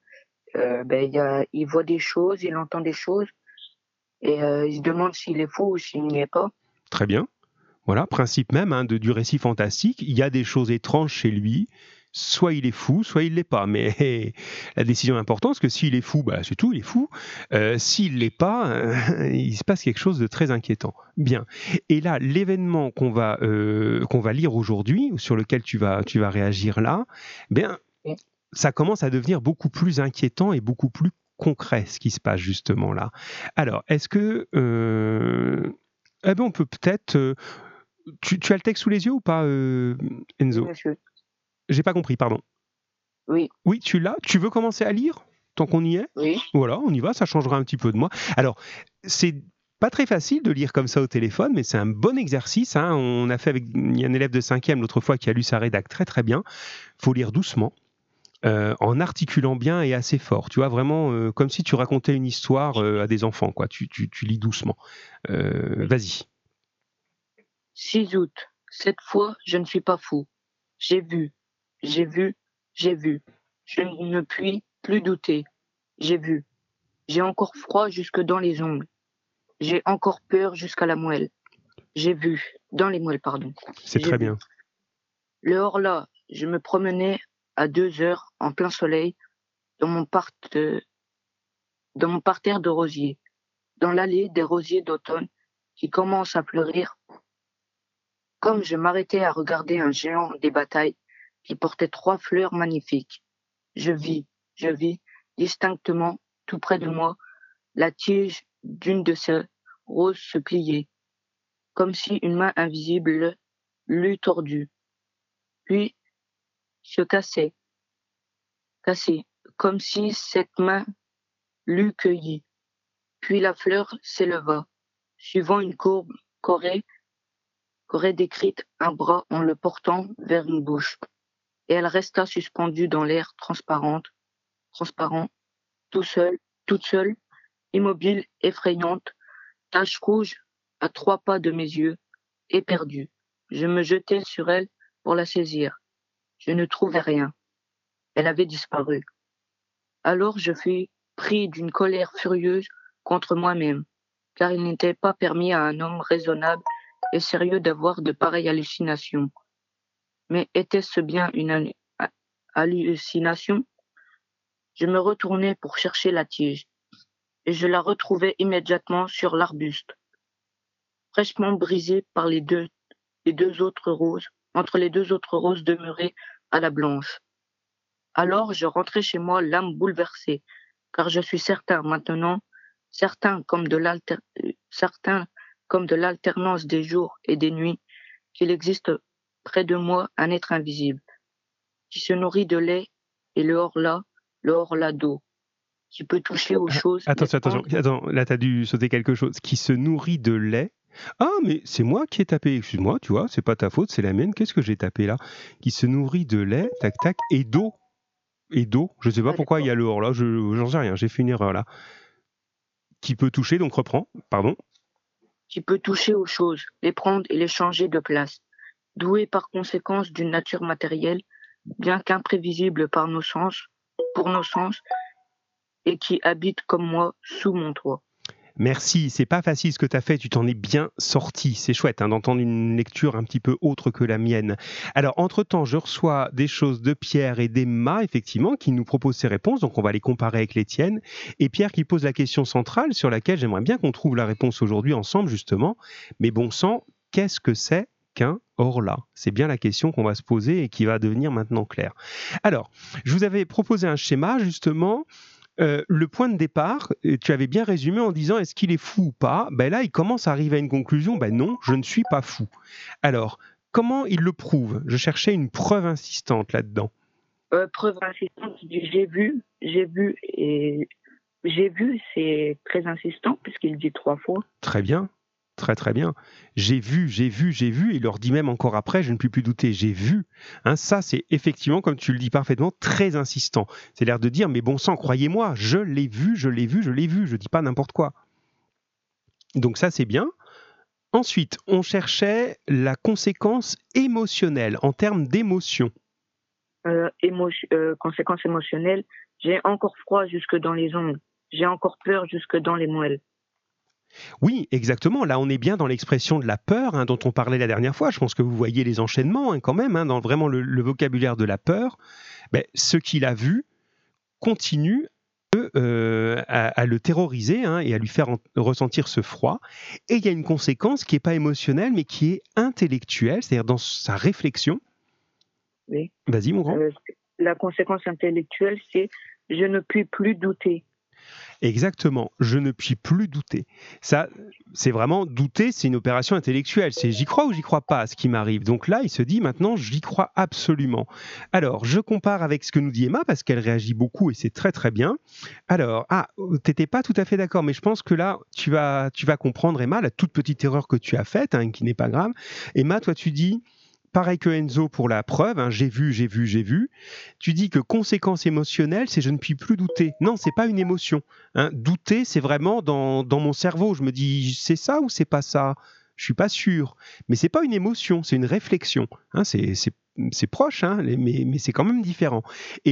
il voit des choses, il entend des choses, et il se demande s'il est fou ou s'il n'y est pas. Très bien. Voilà, principe même du récit fantastique. Il y a des choses étranges chez lui. Soit il est fou, soit il l'est pas. Mais la décision est importante, parce que s'il est fou, c'est tout, il est fou. S'il l'est pas, il se passe quelque chose de très inquiétant. Bien. Et là, l'événement qu'on va lire aujourd'hui, sur lequel tu vas réagir là, ça commence à devenir beaucoup plus inquiétant et beaucoup plus concret, ce qui se passe justement là. Alors, est-ce que on peut peut-être... Tu as le texte sous les yeux ou pas, Enzo? Oui, monsieur. J'ai pas compris, pardon. Oui. Oui, tu l'as. Tu veux commencer à lire, tant qu'on y est? Oui. Voilà, on y va, ça changera un petit peu de moi. Alors, c'est pas très facile de lire comme ça au téléphone, mais c'est un bon exercice. On a fait il y a un élève de 5e l'autre fois qui a lu sa rédac très très bien. Faut lire doucement. En articulant bien et assez fort. Tu vois, vraiment comme si tu racontais une histoire à des enfants, quoi. Tu lis doucement. Vas-y. 6 août. Cette fois, je ne suis pas fou. J'ai vu. Je ne puis plus douter. J'ai vu. J'ai encore froid jusque dans les ongles. J'ai encore peur jusqu'à la moelle. J'ai vu, dans les moelles, pardon. C'est J'ai très vu. bien. Le horla, je me promenais à 2 heures en plein soleil dans mon parterre de rosiers, dans l'allée des rosiers d'automne qui commencent à fleurir. Comme je m'arrêtais à regarder un géant des batailles qui portait 3 fleurs magnifiques, je vis distinctement, tout près de moi, la tige d'une de ces roses se plier, comme si une main invisible l'eût tordue, puis se casser, comme si cette main l'eût cueillie. Puis la fleur s'éleva, suivant une courbe qu'aurait décrite un bras en le portant vers une bouche, et elle resta suspendue dans l'air transparent, toute seule, immobile, effrayante, tache rouge à 3 pas de mes yeux, éperdue. Je me jetai sur elle pour la saisir. Je ne trouvais rien. Elle avait disparu. Alors je fus pris d'une colère furieuse contre moi-même, car il n'était pas permis à un homme raisonnable et sérieux d'avoir de pareilles hallucinations. Mais était-ce bien une hallucination? Je me retournai pour chercher la tige, et je la retrouvai immédiatement sur l'arbuste, fraîchement brisée par les deux autres roses, entre les 2 autres roses demeurées à la blanche. Alors je rentrai chez moi l'âme bouleversée, car je suis certain maintenant, certain comme de l'alternance des jours et des nuits, qu'il existe près de moi un être invisible, qui se nourrit de lait et le horla d'eau, qui peut toucher aux choses. Attention, là t'as dû sauter quelque chose. Qui se nourrit de lait. Ah, mais c'est moi qui ai tapé. Excuse-moi, tu vois, c'est pas ta faute, c'est la mienne. Qu'est-ce que j'ai tapé là? Qui se nourrit de lait, tac tac, et d'eau. Et d'eau. Je sais pas pourquoi il y a le horla. J'en sais rien. J'ai fait une erreur là. Qui peut toucher, donc reprends. Pardon. Qui peut toucher aux choses, les prendre et les changer de place, doué par conséquence d'une nature matérielle, bien qu'imprévisible pour nos sens, et qui habite comme moi sous mon toit. Merci, c'est pas facile ce que tu as fait, tu t'en es bien sorti. C'est chouette d'entendre une lecture un petit peu autre que la mienne. Alors, entre-temps, je reçois des choses de Pierre et d'Emma, effectivement, qui nous proposent ces réponses, donc on va les comparer avec les tiennes. Et Pierre qui pose la question centrale sur laquelle j'aimerais bien qu'on trouve la réponse aujourd'hui ensemble, justement. Mais bon sang, qu'est-ce que c'est qu'un horla? C'est bien la question qu'on va se poser et qui va devenir maintenant claire. Alors, je vous avais proposé un schéma, justement. Le point de départ, tu avais bien résumé en disant est-ce qu'il est fou ou pas? Ben là, il commence à arriver à une conclusion, ben non, je ne suis pas fou. Alors, comment il le prouve? Je cherchais une preuve insistante là-dedans. Preuve insistante, j'ai vu, c'est très insistant puisqu'il dit 3 fois. Très bien. Très très bien. J'ai vu, il leur dit même encore après, je ne puis plus douter, j'ai vu. Hein, ça, c'est effectivement, comme tu le dis parfaitement, très insistant. C'est l'air de dire, mais bon sang, croyez-moi, je l'ai vu, je dis pas n'importe quoi. Donc ça, c'est bien. Ensuite, on cherchait la conséquence émotionnelle, en termes d'émotion. Conséquence émotionnelle, j'ai encore froid jusque dans les ongles, j'ai encore peur jusque dans les moelles. Oui, exactement. Là, on est bien dans l'expression de la peur dont on parlait la dernière fois. Je pense que vous voyez les enchaînements quand même, dans vraiment le vocabulaire de la peur. Ce qu'il a vu continue à le terroriser et à lui faire ressentir ce froid. Et il y a une conséquence qui n'est pas émotionnelle, mais qui est intellectuelle, c'est-à-dire dans sa réflexion. Oui. Vas-y, mon grand. La conséquence intellectuelle, c'est « je ne puis plus douter ». Exactement, je ne puis plus douter. Ça, c'est vraiment douter, c'est une opération intellectuelle. C'est j'y crois ou j'y crois pas à ce qui m'arrive. Donc là, il se dit maintenant, j'y crois absolument. Alors, je compare avec ce que nous dit Emma parce qu'elle réagit beaucoup et c'est très très bien. Alors, t'étais pas tout à fait d'accord, mais je pense que là, tu vas comprendre, Emma, la toute petite erreur que tu as faite, qui n'est pas grave. Emma, toi, tu dis. Pareil que Enzo pour la preuve, j'ai vu. Tu dis que conséquence émotionnelle, c'est je ne puis plus douter. Non, c'est pas une émotion. Douter, c'est vraiment dans mon cerveau. Je me dis, c'est ça ou c'est pas ça? Je suis pas sûr. Mais c'est pas une émotion, c'est une réflexion. C'est proche, mais c'est quand même différent. Et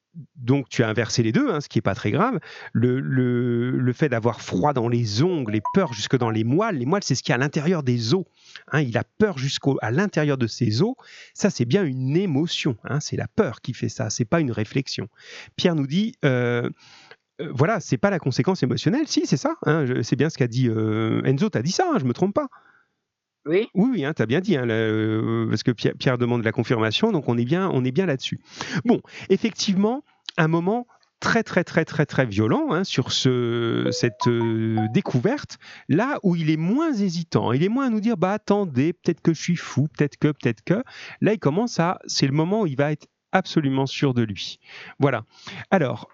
Donc tu as inversé les deux, ce qui n'est pas très grave. Le fait d'avoir froid dans les ongles et peur jusque dans les moelles, c'est ce qu'il y a à l'intérieur des os. Il a peur jusqu'à l'intérieur de ses os. Ça, c'est bien une émotion. C'est la peur qui fait ça, c'est pas une réflexion. Pierre nous dit... voilà, c'est pas la conséquence émotionnelle. Si, c'est ça. C'est bien ce qu'a dit Enzo. T'as dit ça, je me trompe pas. Oui. Oui, t'as bien dit, parce que Pierre demande la confirmation, donc on est bien là-dessus. Bon, effectivement, un moment très très très très très violent sur cette découverte, là où il est moins hésitant, il est moins à nous dire attendez, peut-être que je suis fou, peut-être que. Là, il commence c'est le moment où il va être absolument sûr de lui. Voilà. Alors,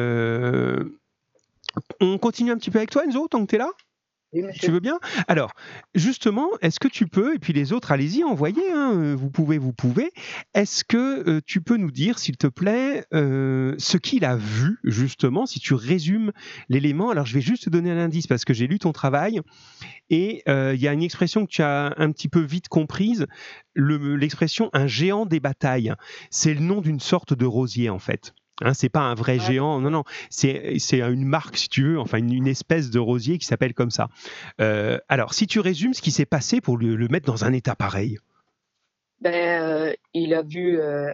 on continue un petit peu avec toi, Enzo, tant que tu es là ? Oui, monsieur. Tu veux bien ? Alors, justement, est-ce que tu peux, et puis les autres, allez-y, envoyez, vous pouvez. Est-ce que tu peux nous dire, s'il te plaît, ce qu'il a vu, justement, si tu résumes l'élément ? Alors, je vais juste te donner un indice, parce que j'ai lu ton travail, et il y a une expression que tu as un petit peu vite comprise, l'expression « un géant des batailles ». C'est le nom d'une sorte de rosier, en fait. C'est pas un vrai géant, non, c'est une marque, si tu veux, enfin une espèce de rosier qui s'appelle comme ça. Alors, si tu résumes ce qui s'est passé pour le mettre dans un état pareil. Il a vu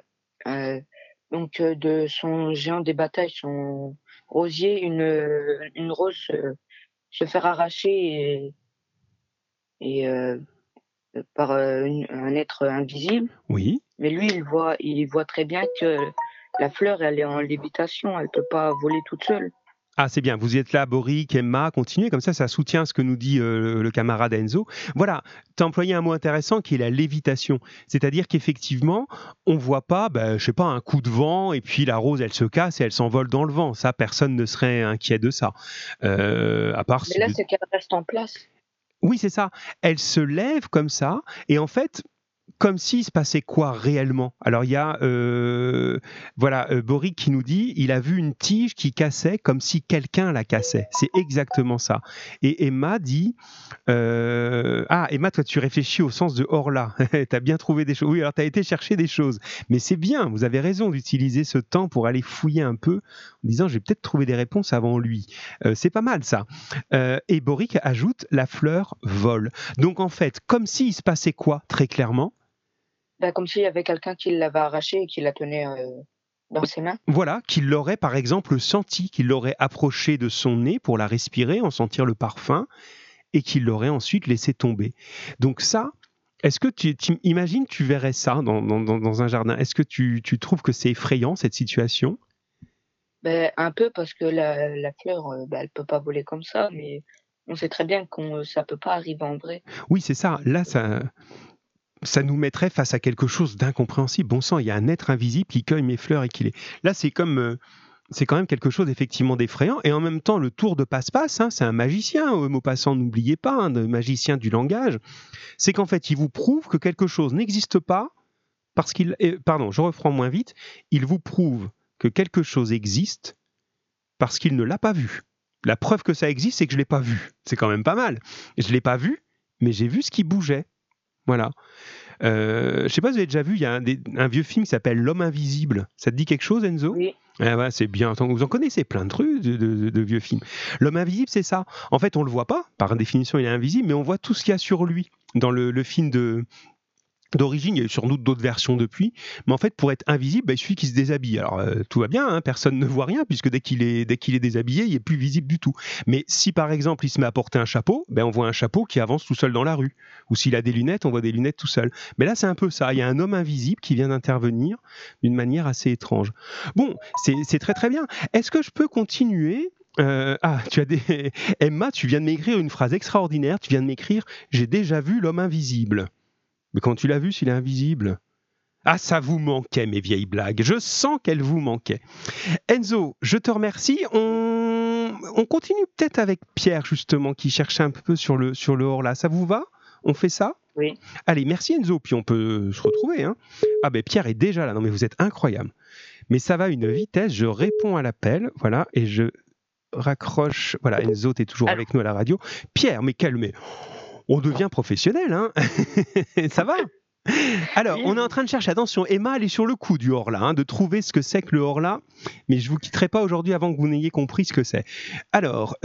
donc de son géant des batailles, son rosier, une rose se faire arracher et par un être invisible. Oui. Mais lui, il voit très bien que la fleur, elle est en lévitation, elle peut pas voler toute seule. Ah, c'est bien, vous y êtes là, Boric, Emma, continuez, comme ça soutient ce que nous dit le camarade Enzo. Voilà, tu as employé un mot intéressant qui est la lévitation, c'est-à-dire qu'effectivement, on voit pas, un coup de vent, et puis la rose, elle se casse et elle s'envole dans le vent. Ça, personne ne serait inquiet de ça. À part Mais là, c'est qu'elle reste en place. Oui, c'est ça. Elle se lève comme ça, et en fait... Comme s'il se passait quoi réellement ? Alors il y a Boric qui nous dit il a vu une tige qui cassait comme si quelqu'un la cassait. C'est exactement ça. Et Emma dit Emma, toi tu réfléchis au sens de Orla. Tu as bien trouvé des choses. Oui, alors tu as été chercher des choses. Mais c'est bien, vous avez raison d'utiliser ce temps pour aller fouiller un peu en disant j'ai peut-être trouvé des réponses avant lui. C'est pas mal ça. Et Boric ajoute la fleur vole. Donc en fait, comme s'il se passait quoi très clairement ? Comme s'il y avait quelqu'un qui l'avait arrachée et qui la tenait dans ses mains. Voilà, qu'il l'aurait par exemple senti, qu'il l'aurait approché de son nez pour la respirer, en sentir le parfum, et qu'il l'aurait ensuite laissé tomber. Donc ça, est-ce que tu imagines, tu verrais ça dans un jardin ? Est-ce que tu trouves que c'est effrayant cette situation ? Un peu, parce que la fleur, elle peut pas voler comme ça, mais on sait très bien que ça peut pas arriver en vrai. Oui, c'est ça. Là, ça nous mettrait face à quelque chose d'incompréhensible. Bon sang, il y a un être invisible qui cueille mes fleurs et qui les... Là, c'est quand même quelque chose effectivement d'effrayant. Et en même temps, le tour de passe-passe, c'est un magicien, Maupassant, n'oubliez pas, un magicien du langage. C'est qu'en fait, il vous prouve que quelque chose n'existe pas parce qu'il... Pardon, je reprends moins vite. Il vous prouve que quelque chose existe parce qu'il ne l'a pas vu. La preuve que ça existe, c'est que je ne l'ai pas vu. C'est quand même pas mal. Je ne l'ai pas vu, mais j'ai vu ce qui bougeait. Voilà. Je ne sais pas si vous avez déjà vu, il y a un vieux film qui s'appelle L'Homme Invisible. Ça te dit quelque chose, Enzo ? Oui. Ouais, c'est bien. Vous en connaissez plein de trucs de vieux films. L'Homme Invisible, c'est ça. En fait, on ne le voit pas. Par définition, il est invisible, mais on voit tout ce qu'il y a sur lui. Dans le film d'origine, il y a eu sans doute d'autres versions depuis, mais en fait, pour être invisible, il suffit qu'il se déshabille. Alors, tout va bien, personne ne voit rien, puisque dès qu'il est déshabillé, il n'est plus visible du tout. Mais si, par exemple, il se met à porter un chapeau, on voit un chapeau qui avance tout seul dans la rue. Ou s'il a des lunettes, on voit des lunettes tout seul. Mais là, c'est un peu ça. Il y a un homme invisible qui vient d'intervenir d'une manière assez étrange. Bon, c'est très très bien. Est-ce que je peux continuer ? Emma, tu viens de m'écrire une phrase extraordinaire. Tu viens de m'écrire « J'ai déjà vu l'homme invisible ». Mais quand tu l'as vu, s'il est invisible. Ah, ça vous manquait, mes vieilles blagues. Je sens qu'elles vous manquaient. Enzo, je te remercie. On continue peut-être avec Pierre, justement, qui cherchait un peu sur le hors-là. Ça vous va ? On fait ça ? Oui. Allez, merci Enzo, puis on peut se retrouver. Ah ben Pierre est déjà là. Non mais vous êtes incroyable. Mais ça va à une vitesse. Je réponds à l'appel, voilà, et je raccroche. Voilà, Enzo, t'es toujours avec nous à la radio. Pierre, mais on devient professionnel, hein. Ça va ? Alors, on est en train de chercher, attention, Emma, elle est sur le coup du Horla, de trouver ce que c'est que le Horla, mais je ne vous quitterai pas aujourd'hui avant que vous n'ayez compris ce que c'est. Alors,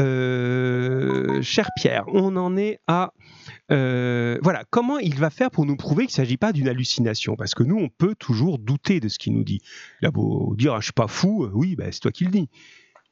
cher Pierre, on en est à... voilà, comment il va faire pour nous prouver qu'il ne s'agit pas d'une hallucination? Parce que nous, on peut toujours douter de ce qu'il nous dit. Là, beau dire, je ne suis pas fou, oui, c'est toi qui le dis.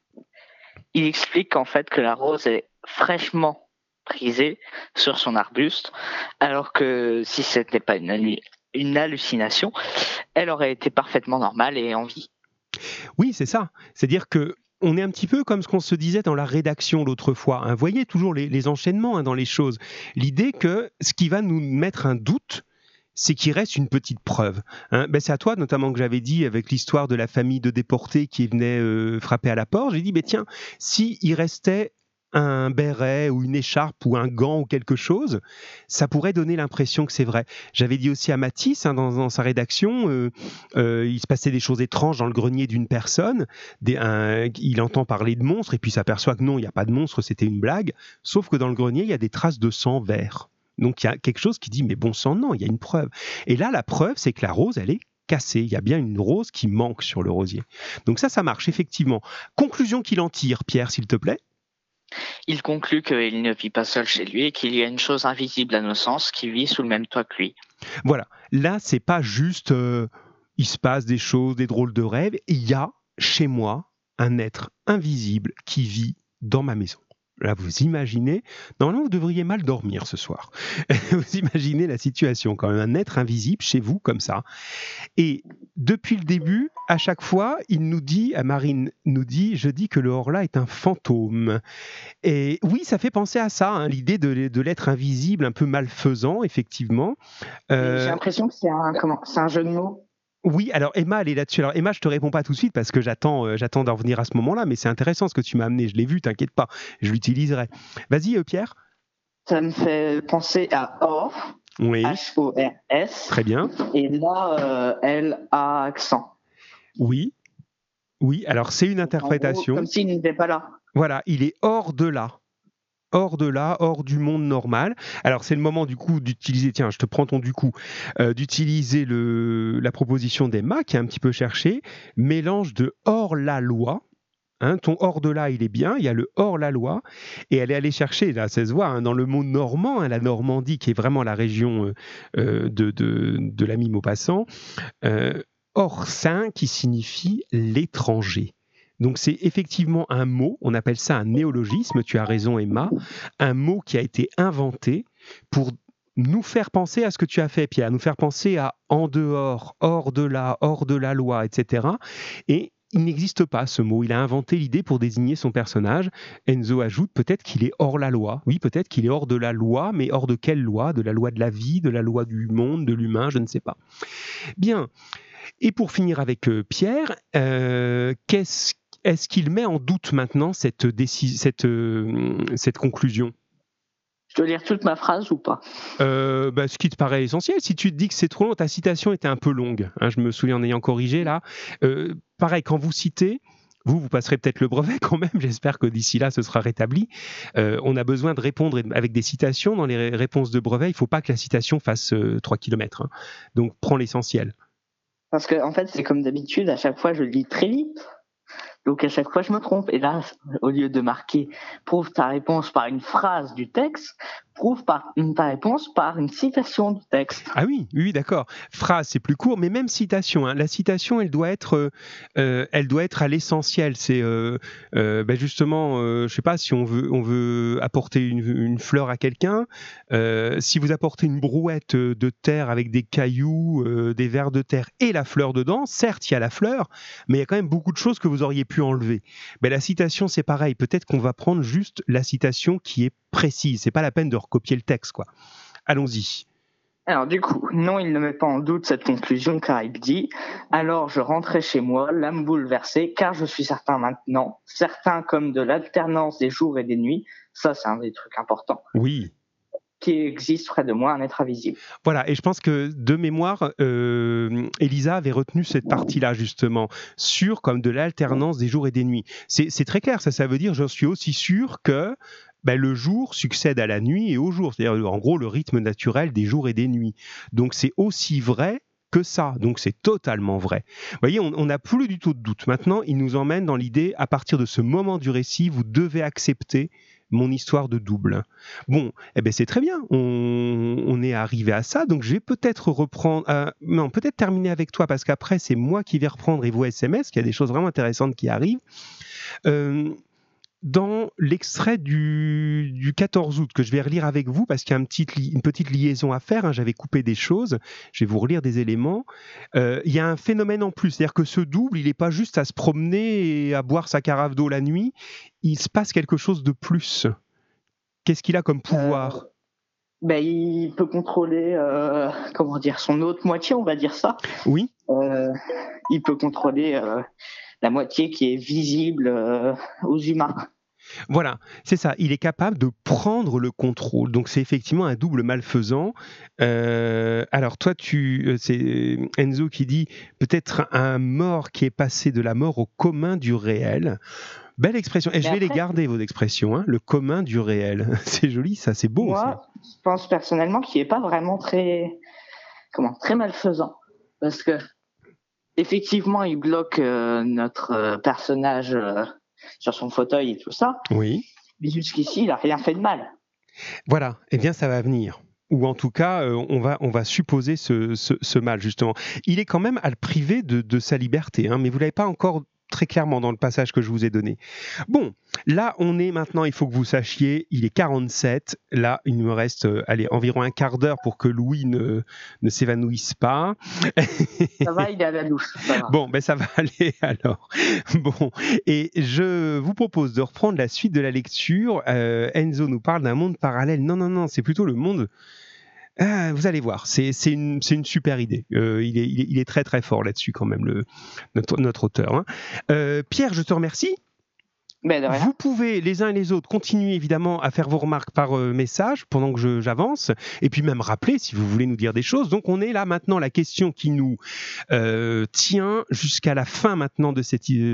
Il explique en fait que la rose est fraîchement prisée sur son arbuste, alors que si ce n'était pas une hallucination, elle aurait été parfaitement normale et en vie. Oui, c'est ça. C'est-à-dire que on est un petit peu comme ce qu'on se disait dans la rédaction l'autre fois. Vous voyez toujours les enchaînements dans les choses. L'idée que ce qui va nous mettre un doute, c'est qu'il reste une petite preuve. C'est à toi notamment que j'avais dit avec l'histoire de la famille de déportés qui venait frapper à la porte. J'ai dit, tiens, s'il restait un béret ou une écharpe ou un gant ou quelque chose, ça pourrait donner l'impression que c'est vrai. J'avais dit aussi à Mathis, dans sa rédaction, il se passait des choses étranges dans le grenier d'une personne, il entend parler de monstres et puis s'aperçoit que non, il n'y a pas de monstre, c'était une blague, sauf que dans le grenier, il y a des traces de sang vert. Donc il y a quelque chose qui dit, mais bon sang, non, il y a une preuve. Et là, la preuve, c'est que la rose, elle est cassée. Il y a bien une rose qui manque sur le rosier. Donc ça marche, effectivement. Conclusion qu'il en tire, Pierre, s'il te plaît. Il conclut qu'il ne vit pas seul chez lui et qu'il y a une chose invisible à nos sens qui vit sous le même toit que lui. Voilà. Là, c'est pas juste il se passe des choses, des drôles de rêves. Il y a chez moi un être invisible qui vit dans ma maison. Là, vous imaginez, normalement, vous devriez mal dormir ce soir. Vous imaginez la situation, quand même, un être invisible chez vous, comme ça. Et depuis le début, à chaque fois, Marine nous dit, je dis que le Horla est un fantôme. Et oui, ça fait penser à ça, l'idée de l'être invisible, un peu malfaisant, effectivement. J'ai l'impression que c'est un jeu de mots. Oui, alors Emma, elle est là-dessus. Alors Emma, je te réponds pas tout de suite parce que j'attends d'en revenir à ce moment-là, mais c'est intéressant ce que tu m'as amené. Je l'ai vu, t'inquiète pas, je l'utiliserai. Vas-y, Pierre. Ça me fait penser à Or, oui. H-O-R-S. Très bien. Et là, L a accent. Oui, alors c'est une interprétation. En gros, comme s'il n'était pas là. Voilà, il est hors de là. Hors du monde normal. Alors c'est le moment du coup d'utiliser, tiens, je te prends ton du coup, d'utiliser la proposition d'Emma qui a un petit peu cherché, mélange de hors la loi. Ton hors de là, il est bien, il y a le hors la loi, et elle est allée chercher, là ça se voit, dans le mot normand, la Normandie qui est vraiment la région de l'ami Maupassant, hors saint qui signifie l'étranger. Donc c'est effectivement un mot, on appelle ça un néologisme, tu as raison Emma, un mot qui a été inventé pour nous faire penser à ce que tu as fait Pierre, nous faire penser à en dehors, hors de là, hors de la loi, etc. Et il n'existe pas ce mot, il a inventé l'idée pour désigner son personnage. Enzo ajoute peut-être qu'il est hors la loi, oui peut-être qu'il est hors de la loi, mais hors de quelle loi? De la loi de la vie, de la loi du monde, de l'humain, je ne sais pas. Bien, et pour finir avec Pierre, est-ce qu'il met en doute maintenant cette conclusion? Je dois lire toute ma phrase ou pas? Ce qui te paraît essentiel. Si tu te dis que c'est trop long, ta citation était un peu longue. Je me souviens en ayant corrigé là. Pareil, quand vous citez, vous passerez peut-être le brevet quand même. J'espère que d'ici là, ce sera rétabli. On a besoin de répondre avec des citations. Dans les réponses de brevet, il ne faut pas que la citation fasse 3 km. Donc, prends l'essentiel. Parce que en fait, c'est comme d'habitude, à chaque fois, je lis très vite. Donc à chaque fois, je me trompe. Et là, au lieu de marquer « prouve ta réponse par une phrase du texte », prouve ta réponse par une citation du texte. Ah oui, d'accord. Phrase, c'est plus court, mais même citation. La citation, elle doit être à l'essentiel. C'est justement, je sais pas, si on veut apporter une fleur à quelqu'un, si vous apportez une brouette de terre avec des cailloux, des vers de terre et la fleur dedans, certes, il y a la fleur, mais il y a quand même beaucoup de choses que vous auriez pu enlever. La citation, c'est pareil. Peut-être qu'on va prendre juste la citation qui est précise. C'est pas la peine de recopier le texte, quoi. Allons-y. Alors du coup, non, il ne met pas en doute cette conclusion car il dit « Alors je rentrais chez moi, l'âme bouleversée, car je suis certain maintenant, certain comme de l'alternance des jours et des nuits, ça c'est un des trucs importants. Oui. Qui existe près de moi, un être invisible. » Voilà, et je pense que de mémoire, Elisa avait retenu cette partie-là justement, sur comme de l'alternance des jours et des nuits. C'est très clair, ça veut dire je suis aussi sûr que le jour succède à la nuit et au jour. C'est-à-dire, en gros, le rythme naturel des jours et des nuits. Donc, c'est aussi vrai que ça. Donc, c'est totalement vrai. Vous voyez, on n'a plus du tout de doute. Maintenant, il nous emmène dans l'idée, à partir de ce moment du récit, vous devez accepter mon histoire de double. Bon, c'est très bien. On est arrivé à ça. Donc, je vais peut-être peut-être terminer avec toi, parce qu'après, c'est moi qui vais reprendre et vos SMS, qu'il y a des choses vraiment intéressantes qui arrivent. Dans l'extrait du 14 août, que je vais relire avec vous, parce qu'il y a une petite liaison à faire, j'avais coupé des choses, je vais vous relire des éléments. Il y a un phénomène en plus, c'est-à-dire que ce double, il n'est pas juste à se promener et à boire sa carafe d'eau la nuit, il se passe quelque chose de plus. Qu'est-ce qu'il a comme pouvoir ? Il peut contrôler, son autre moitié, on va dire ça. Oui. Il peut contrôler la moitié qui est visible aux humains. Voilà, c'est ça. Il est capable de prendre le contrôle. Donc, c'est effectivement un double malfaisant. Alors, toi, c'est Enzo qui dit peut-être un mort qui est passé de la mort au commun du réel. Belle expression. Et je vais les garder, vos expressions. Le commun du réel. C'est joli, ça. C'est beau. Moi, je pense personnellement qu'il n'est pas vraiment très malfaisant. Parce que, effectivement, il bloque notre personnage sur son fauteuil et tout ça. Oui. Mais jusqu'ici, il n'a rien fait de mal. Voilà. Eh bien, ça va venir. Ou en tout cas, on va supposer ce mal, justement. Il est quand même à le priver de sa liberté, mais vous ne l'avez pas encore très clairement dans le passage que je vous ai donné. Bon, là, on est maintenant, il faut que vous sachiez, il est 47. Là, il me reste environ un quart d'heure pour que Louis ne s'évanouisse pas. Ça va, il est à la douche. Bon, ça va aller alors. Bon, et je vous propose de reprendre la suite de la lecture. Enzo nous parle d'un monde parallèle. Non, c'est plutôt le monde... vous allez voir, c'est une super idée. Il est très très fort là-dessus quand même, notre auteur. Pierre, je te remercie. De rien. Vous pouvez les uns et les autres continuer évidemment à faire vos remarques par message pendant que j'avance, et puis même rappeler si vous voulez nous dire des choses. Donc on est là maintenant, la question qui nous tient jusqu'à la fin maintenant de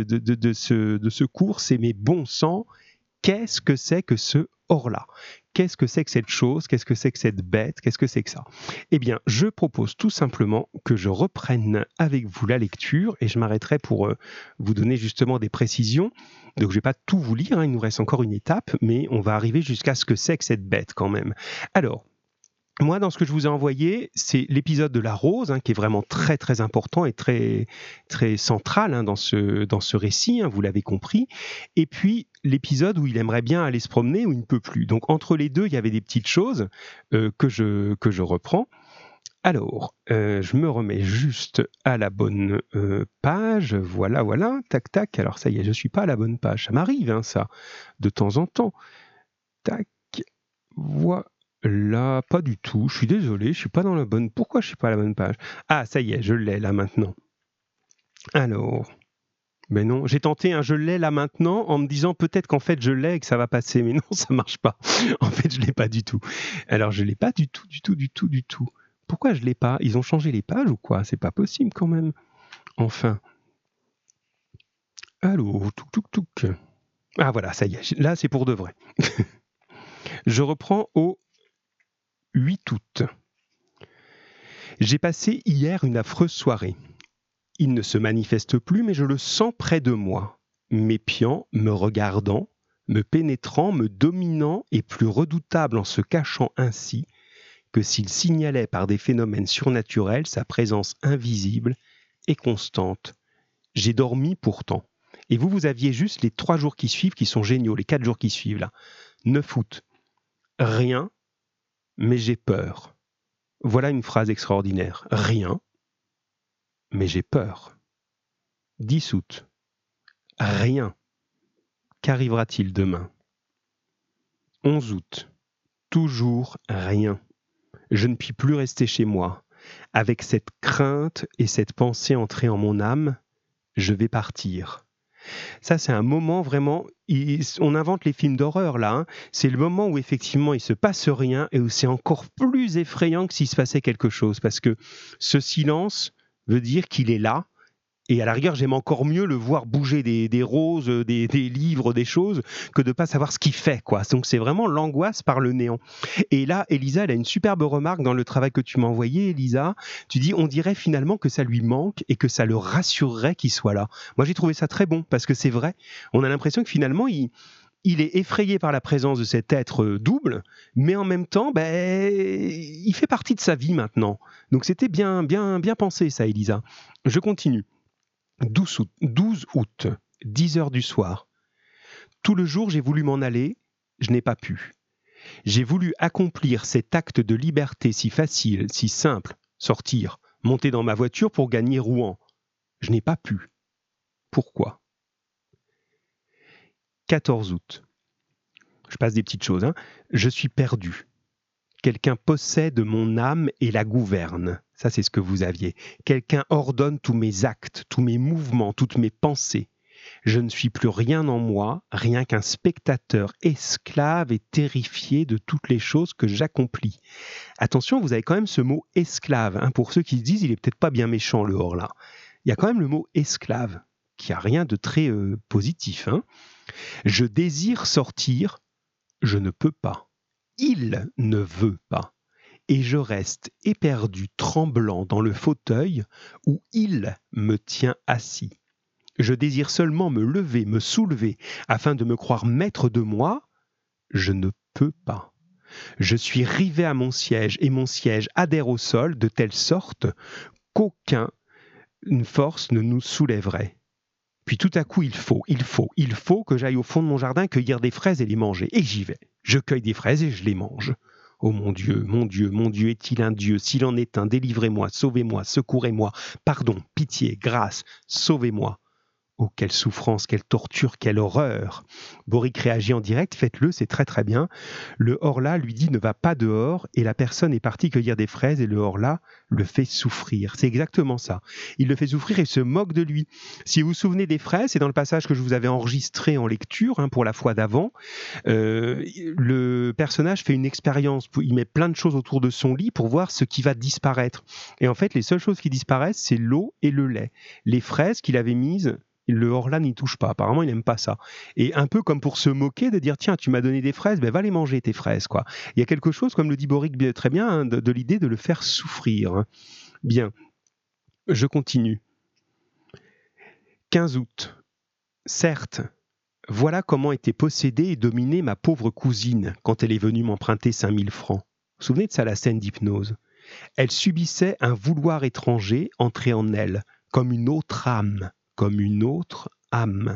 ce cours, c'est mais bon sang, qu'est-ce que c'est que ce or-là ? Qu'est-ce que c'est que cette chose ? Qu'est-ce que c'est que cette bête ? Qu'est-ce que c'est que ça ? Eh bien, je propose tout simplement que je reprenne avec vous la lecture et je m'arrêterai pour vous donner justement des précisions. Donc, je ne vais pas tout vous lire, il nous reste encore une étape, mais on va arriver jusqu'à ce que c'est que cette bête quand même. Alors, moi, dans ce que je vous ai envoyé, c'est l'épisode de la rose, qui est vraiment très très important et très très central dans ce récit, vous l'avez compris. Et puis l'épisode où il aimerait bien aller se promener, où il ne peut plus. Donc entre les deux, il y avait des petites choses que je reprends. Alors, je me remets juste à la bonne page. Voilà, tac tac. Alors ça y est, je suis pas à la bonne page. Ça m'arrive, ça, de temps en temps. Tac, voilà. Là, pas du tout. Je suis désolé, je suis pas dans la bonne. Pourquoi je suis pas à la bonne page ? Ah, ça y est, je l'ai là maintenant. Alors, mais non, j'ai tenté un je l'ai là maintenant en me disant peut-être qu'en fait je l'ai et que ça va passer, mais non, ça marche pas. En fait, je l'ai pas du tout. Alors, je l'ai pas du tout. Pourquoi je l'ai pas ? Ils ont changé les pages ou quoi ? C'est pas possible quand même. Enfin. Allô, touc. Ah voilà, ça y est. Là, c'est pour de vrai. Je reprends au 8 août. J'ai passé hier une affreuse soirée. Il ne se manifeste plus, mais je le sens près de moi, m'épiant, me regardant, me pénétrant, me dominant et plus redoutable en se cachant ainsi que s'il signalait par des phénomènes surnaturels sa présence invisible et constante. J'ai dormi pourtant. Et vous aviez juste les 3 jours qui suivent qui sont géniaux, les 4 jours qui suivent là. 9 août. Rien. Mais j'ai peur. Voilà une phrase extraordinaire. Rien, mais j'ai peur. 10 août. Rien. Qu'arrivera-t-il demain ? 11 août. Toujours rien. Je ne puis plus rester chez moi. Avec cette crainte et cette pensée entrée en mon âme, je vais partir. Ça, c'est un moment vraiment... On invente les films d'horreur, là. C'est le moment où, effectivement, il ne se passe rien et où c'est encore plus effrayant que s'il se passait quelque chose. Parce que ce silence veut dire qu'il est là Et à la rigueur, j'aime encore mieux le voir bouger des roses, des livres, des choses, que de ne pas savoir ce qu'il fait, quoi. Donc c'est vraiment l'angoisse par le néant. Et là, Elisa, elle a une superbe remarque dans le travail que tu m'as envoyé, Elisa. Tu dis, on dirait finalement que ça lui manque et que ça le rassurerait qu'il soit là. Moi, j'ai trouvé ça très bon, parce que c'est vrai. On a l'impression que finalement, il est effrayé par la présence de cet être double, mais en même temps, il fait partie de sa vie maintenant. Donc c'était bien pensé, ça, Elisa. Je continue. 12 août, 10 heures du soir. Tout le jour, j'ai voulu m'en aller, je n'ai pas pu. J'ai voulu accomplir cet acte de liberté si facile, si simple, sortir, monter dans ma voiture pour gagner Rouen. Je n'ai pas pu. Pourquoi ? 14 août. Je passe des petites choses. Je suis perdu. Quelqu'un possède mon âme et la gouverne. Ça, c'est ce que vous aviez. Quelqu'un ordonne tous mes actes, tous mes mouvements, toutes mes pensées. Je ne suis plus rien en moi, rien qu'un spectateur esclave et terrifié de toutes les choses que j'accomplis. Attention, vous avez quand même ce mot esclave. Pour ceux qui se disent, il est peut-être pas bien méchant, le hors là. Il y a quand même le mot esclave, qui a rien de très positif. Je désire sortir, je ne peux pas. Il ne veut pas. Et je reste éperdu, tremblant dans le fauteuil où il me tient assis. Je désire seulement me lever, me soulever, afin de me croire maître de moi. Je ne peux pas. Je suis rivé à mon siège, et mon siège adhère au sol de telle sorte qu'aucune force ne nous soulèverait. Puis tout à coup, il faut que j'aille au fond de mon jardin cueillir des fraises et les manger. Et j'y vais. Je cueille des fraises et je les mange. Oh mon Dieu, mon Dieu, mon Dieu, est-il un Dieu? S'il en est un, délivrez-moi, sauvez-moi, secourez-moi. Pardon, pitié, grâce, sauvez-moi. Oh, quelle souffrance, quelle torture, quelle horreur. Boric réagit en direct, faites-le, c'est très très bien. Le hors-là lui dit ne va pas dehors et la personne est partie cueillir des fraises et le hors-là le fait souffrir. C'est exactement ça. Il le fait souffrir et se moque de lui. Si vous vous souvenez des fraises, c'est dans le passage que je vous avais enregistré en lecture pour la fois d'avant. Le personnage fait une expérience, il met plein de choses autour de son lit pour voir ce qui va disparaître. Et en fait, les seules choses qui disparaissent, c'est l'eau et le lait. Les fraises qu'il avait mises, le hors-là n'y touche pas. Apparemment, il n'aime pas ça. Et un peu comme pour se moquer, de dire tiens, tu m'as donné des fraises, va les manger tes fraises, quoi. Il y a quelque chose, comme le dit Boric très bien, de l'idée de le faire souffrir. Bien, je continue. 15 août. Certes, voilà comment était possédée et dominée ma pauvre cousine quand elle est venue m'emprunter 5000 francs. Vous vous souvenez de ça, la scène d'hypnose? Elle subissait un vouloir étranger entrer en elle, comme une autre âme. Comme une autre âme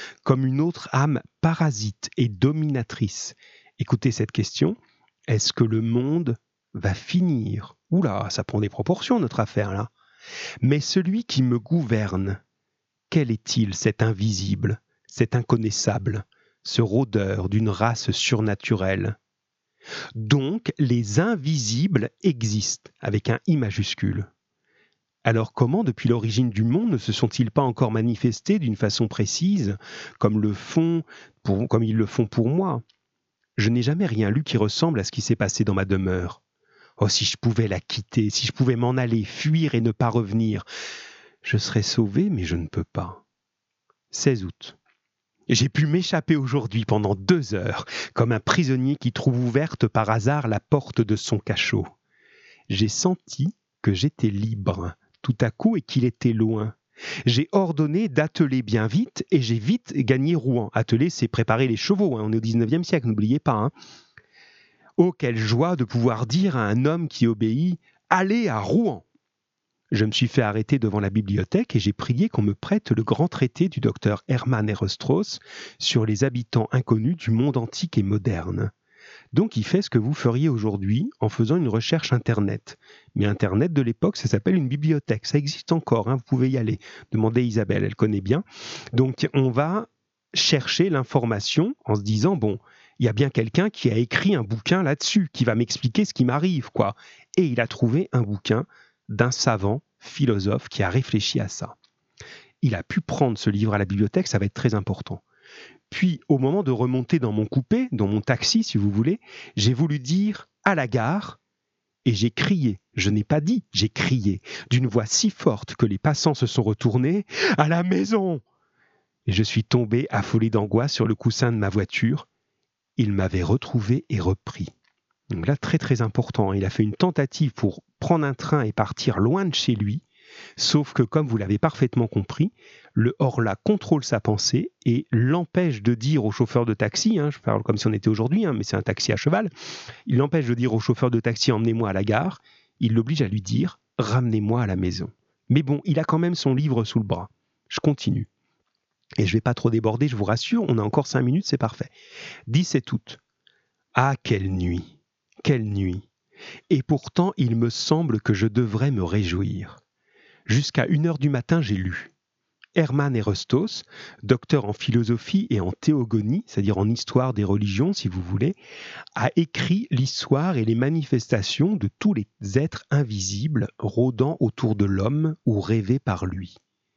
parasite et dominatrice. Écoutez cette question, est-ce que le monde va finir? Oula, ça prend des proportions notre affaire là. Mais celui qui me gouverne, quel est-il cet invisible, cet inconnaissable, ce rôdeur d'une race surnaturelle? Donc les invisibles existent avec un I majuscule. Alors comment, depuis l'origine du monde, ne se sont-ils pas encore manifestés d'une façon précise, comme ils le font pour moi? Je n'ai jamais rien lu qui ressemble à ce qui s'est passé dans ma demeure. Oh, si je pouvais la quitter, si je pouvais m'en aller, fuir et ne pas revenir. Je serais sauvé, mais je ne peux pas. 16 août. J'ai pu m'échapper aujourd'hui pendant 2 heures, comme un prisonnier qui trouve ouverte par hasard la porte de son cachot. J'ai senti que j'étais libre, tout à coup, et qu'il était loin. J'ai ordonné d'atteler bien vite, et j'ai vite gagné Rouen. Atteler, c'est préparer les chevaux, on est au 19e siècle, n'oubliez pas. Oh, quelle joie de pouvoir dire à un homme qui obéit « Allez à Rouen !» Je me suis fait arrêter devant la bibliothèque et j'ai prié qu'on me prête le grand traité du docteur Hermann Herrestrauss sur les habitants inconnus du monde antique et moderne. Donc il fait ce que vous feriez aujourd'hui en faisant une recherche Internet. Mais Internet de l'époque, ça s'appelle une bibliothèque. Ça existe encore, vous pouvez y aller. Demandez Isabelle, elle connaît bien. Donc on va chercher l'information en se disant, bon, il y a bien quelqu'un qui a écrit un bouquin là-dessus, qui va m'expliquer ce qui m'arrive, quoi. Et il a trouvé un bouquin d'un savant philosophe qui a réfléchi à ça. Il a pu prendre ce livre à la bibliothèque, ça va être très important. Puis, au moment de remonter dans mon coupé, dans mon taxi, si vous voulez, j'ai voulu dire à la gare, et j'ai crié. Je n'ai pas dit, j'ai crié, d'une voix si forte que les passants se sont retournés. « À la maison !» Et je suis tombé, affolé d'angoisse, sur le coussin de ma voiture. Il m'avait retrouvé et repris. Donc là, très très important, il a fait une tentative pour prendre un train et partir loin de chez lui, sauf que, comme vous l'avez parfaitement compris, le Horla contrôle sa pensée et l'empêche de dire au chauffeur de taxi, je parle comme si on était aujourd'hui, mais c'est un taxi à cheval, il l'empêche de dire au chauffeur de taxi « emmenez-moi à la gare », il l'oblige à lui dire « ramenez-moi à la maison ». Mais bon, il a quand même son livre sous le bras. Je continue. Et je ne vais pas trop déborder, je vous rassure, on a encore 5 minutes, c'est parfait. 17 août. Ah, quelle nuit! Quelle nuit! Et pourtant, il me semble que je devrais me réjouir. Jusqu'à 1h du matin, j'ai lu. Hermann Erestos, docteur en philosophie et en théogonie, c'est-à-dire en histoire des religions, si vous voulez, a écrit l'histoire et les manifestations de tous les êtres invisibles rôdant autour de l'homme ou rêvés par lui.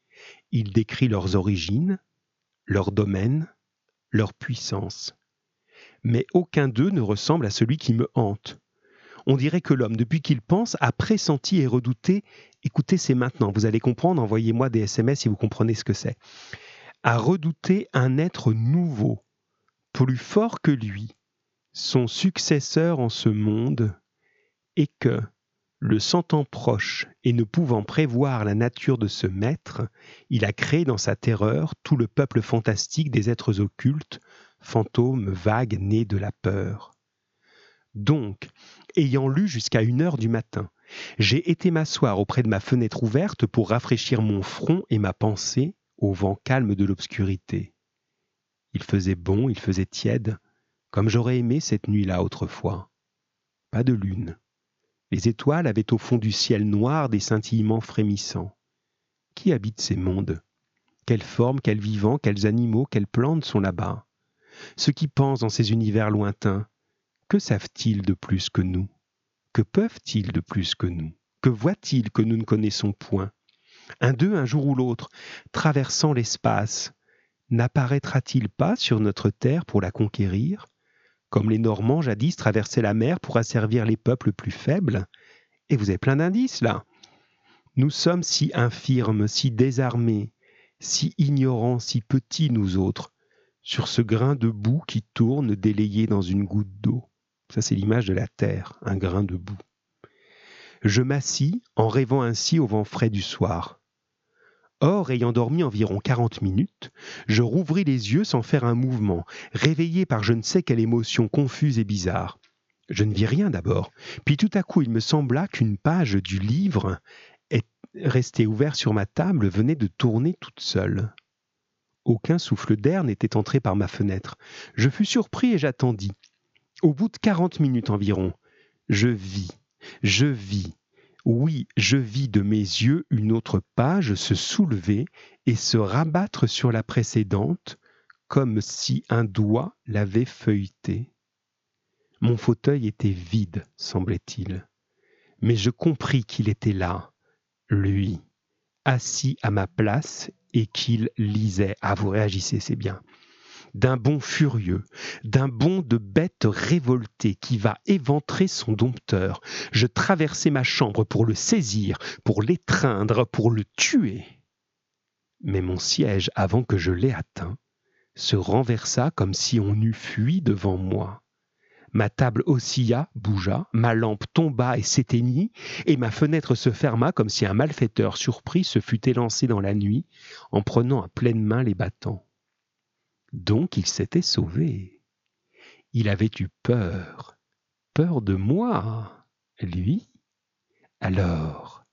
Il décrit leurs origines, leurs domaines, leur puissance. Mais aucun d'eux ne ressemble à celui qui me hante. On dirait que l'homme, depuis qu'il pense, a pressenti et redouté, écoutez, c'est maintenant, vous allez comprendre, envoyez-moi des SMS si vous comprenez ce que c'est, a redouté un être nouveau, plus fort que lui, son successeur en ce monde, et que, le sentant proche et ne pouvant prévoir la nature de ce maître, il a créé dans sa terreur tout le peuple fantastique des êtres occultes, fantômes vagues nés de la peur. Donc, ayant lu jusqu'à 1h du matin, j'ai été m'asseoir auprès de ma fenêtre ouverte pour rafraîchir mon front et ma pensée au vent calme de l'obscurité. Il faisait bon, il faisait tiède, comme j'aurais aimé cette nuit-là autrefois. Pas de lune. Les étoiles avaient au fond du ciel noir des scintillements frémissants. Qui habite ces mondes? Quelles formes, quels vivants, quels animaux, quelles plantes sont là-bas? Ceux qui pensent dans ces univers lointains, que savent-ils de plus que nous? Que peuvent-ils de plus que nous? Que voient-ils que nous ne connaissons point? Un d'eux, un jour ou l'autre, traversant l'espace, n'apparaîtra-t-il pas sur notre terre pour la conquérir, comme les Normands jadis traversaient la mer pour asservir les peuples plus faibles? Et vous avez plein d'indices là. Nous sommes si infirmes, si désarmés, si ignorants, si petits nous autres, sur ce grain de boue qui tourne délayé dans une goutte d'eau. Ça, c'est l'image de la terre, un grain de boue. Je m'assis en rêvant ainsi au vent frais du soir. Or, ayant dormi environ 40 minutes, je rouvris les yeux sans faire un mouvement, réveillé par je ne sais quelle émotion confuse et bizarre. Je ne vis rien d'abord, puis tout à coup il me sembla qu'une page du livre, restée ouverte sur ma table, venait de tourner toute seule. Aucun souffle d'air n'était entré par ma fenêtre. Je fus surpris et j'attendis. Au bout de 40 minutes environ, je vis, oui, je vis de mes yeux une autre page se soulever et se rabattre sur la précédente, comme si un doigt l'avait feuilletée. Mon fauteuil était vide, semblait-il, mais je compris qu'il était là, lui, assis à ma place et qu'il lisait. Ah, vous réagissez, c'est bien. D'un bond furieux, d'un bond de bête révoltée qui va éventrer son dompteur. Je traversai ma chambre pour le saisir, pour l'étreindre, pour le tuer. Mais mon siège, avant que je l'aie atteint, se renversa comme si on eût fui devant moi. Ma table oscilla, bougea, ma lampe tomba et s'éteignit, et ma fenêtre se ferma comme si un malfaiteur surpris se fût élancé dans la nuit en prenant à pleine main les battants. Donc il s'était sauvé. Il avait eu peur. Peur de moi, lui. Alors,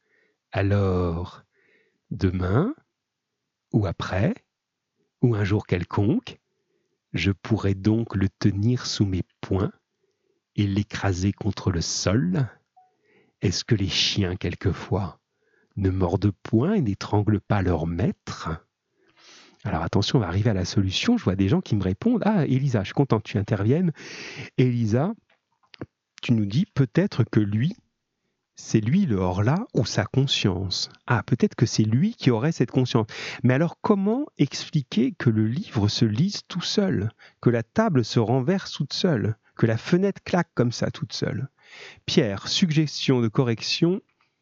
demain, ou après, ou un jour quelconque, je pourrais donc le tenir sous mes poings et l'écraser contre le sol. Est-ce que les chiens, quelquefois, ne mordent point et n'étranglent pas leur maître ? Alors attention, on va arriver à la solution. Je vois des gens qui me répondent. Ah, Elisa, je suis content que tu interviennes. Elisa, tu nous dis peut-être que lui, c'est lui le Horla ou sa conscience. Ah, peut-être que c'est lui qui aurait cette conscience. Mais alors comment expliquer que le livre se lise tout seul, que la table se renverse toute seule, que la fenêtre claque comme ça toute seule? Pierre, suggestion de correction.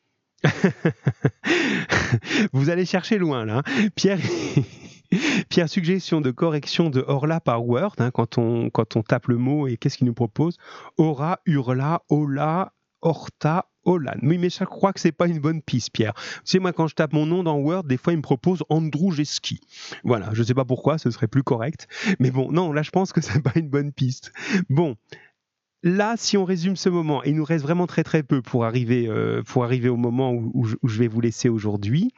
Vous allez chercher loin là. Pierre, suggestion de correction de Orla par Word, quand on tape le mot et qu'est-ce qu'il nous propose? Ora, Urla, Ola, Horta, Olan. Oui, mais je crois que c'est pas une bonne piste, Pierre. Tu sais, moi, quand je tape mon nom dans Word, des fois, il me propose Androujeski. Voilà, je sais pas pourquoi, ce serait plus correct. Mais bon, non, là, je pense que c'est pas une bonne piste. Bon. Là, si on résume ce moment, il nous reste vraiment très très peu pour arriver au moment où je vais vous laisser aujourd'hui.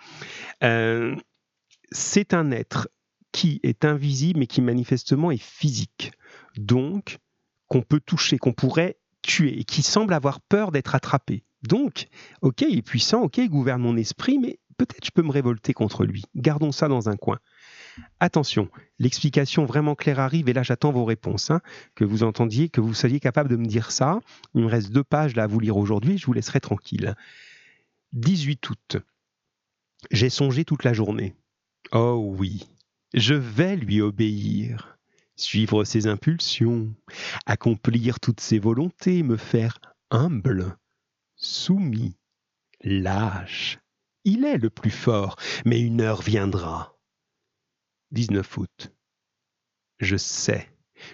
C'est un être qui est invisible mais qui manifestement est physique. Donc, qu'on peut toucher, qu'on pourrait tuer et qui semble avoir peur d'être attrapé. Donc, ok, il est puissant, ok, il gouverne mon esprit, mais peut-être je peux me révolter contre lui. Gardons ça dans un coin. Attention, l'explication vraiment claire arrive et là j'attends vos réponses, que vous entendiez, que vous soyez capable de me dire ça. Il me reste 2 pages là à vous lire aujourd'hui, je vous laisserai tranquille. 18 août. J'ai songé toute la journée. Oh oui, je vais lui obéir, suivre ses impulsions, accomplir toutes ses volontés, me faire humble, soumis, lâche. Il est le plus fort, mais une heure viendra. 19 août. Je sais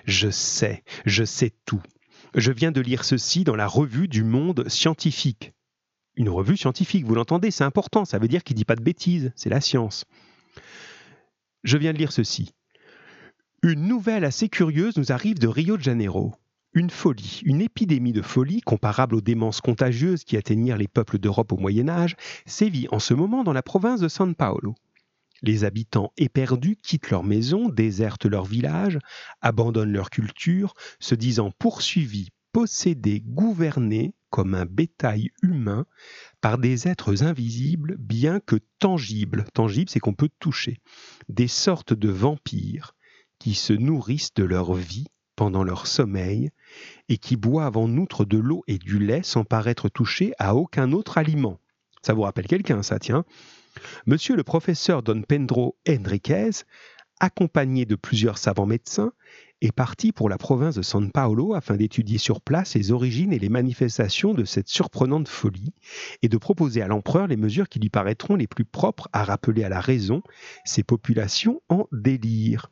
tout. Je viens de lire ceci dans la revue du Monde scientifique. Une revue scientifique, vous l'entendez, c'est important, ça veut dire qu'il ne dit pas de bêtises, c'est la science. Je viens de lire ceci. Une nouvelle assez curieuse nous arrive de Rio de Janeiro. Une folie, une épidémie de folie, comparable aux démences contagieuses qui atteignirent les peuples d'Europe au Moyen-Âge, sévit en ce moment dans la province de São Paulo. Les habitants éperdus quittent leur maison, désertent leur village, abandonnent leur culture, se disant poursuivis, possédés, gouvernés, comme un bétail humain, par des êtres invisibles, bien que tangibles. Tangibles, c'est qu'on peut toucher. Des sortes de vampires qui se nourrissent de leur vie pendant leur sommeil et qui boivent en outre de l'eau et du lait sans paraître touchés à aucun autre aliment. Ça vous rappelle quelqu'un, ça, tiens. Monsieur le professeur Don Pedro Henriquez, accompagné de plusieurs savants médecins, est parti pour la province de São Paulo afin d'étudier sur place les origines et les manifestations de cette surprenante folie et de proposer à l'empereur les mesures qui lui paraîtront les plus propres à rappeler à la raison ces populations en délire.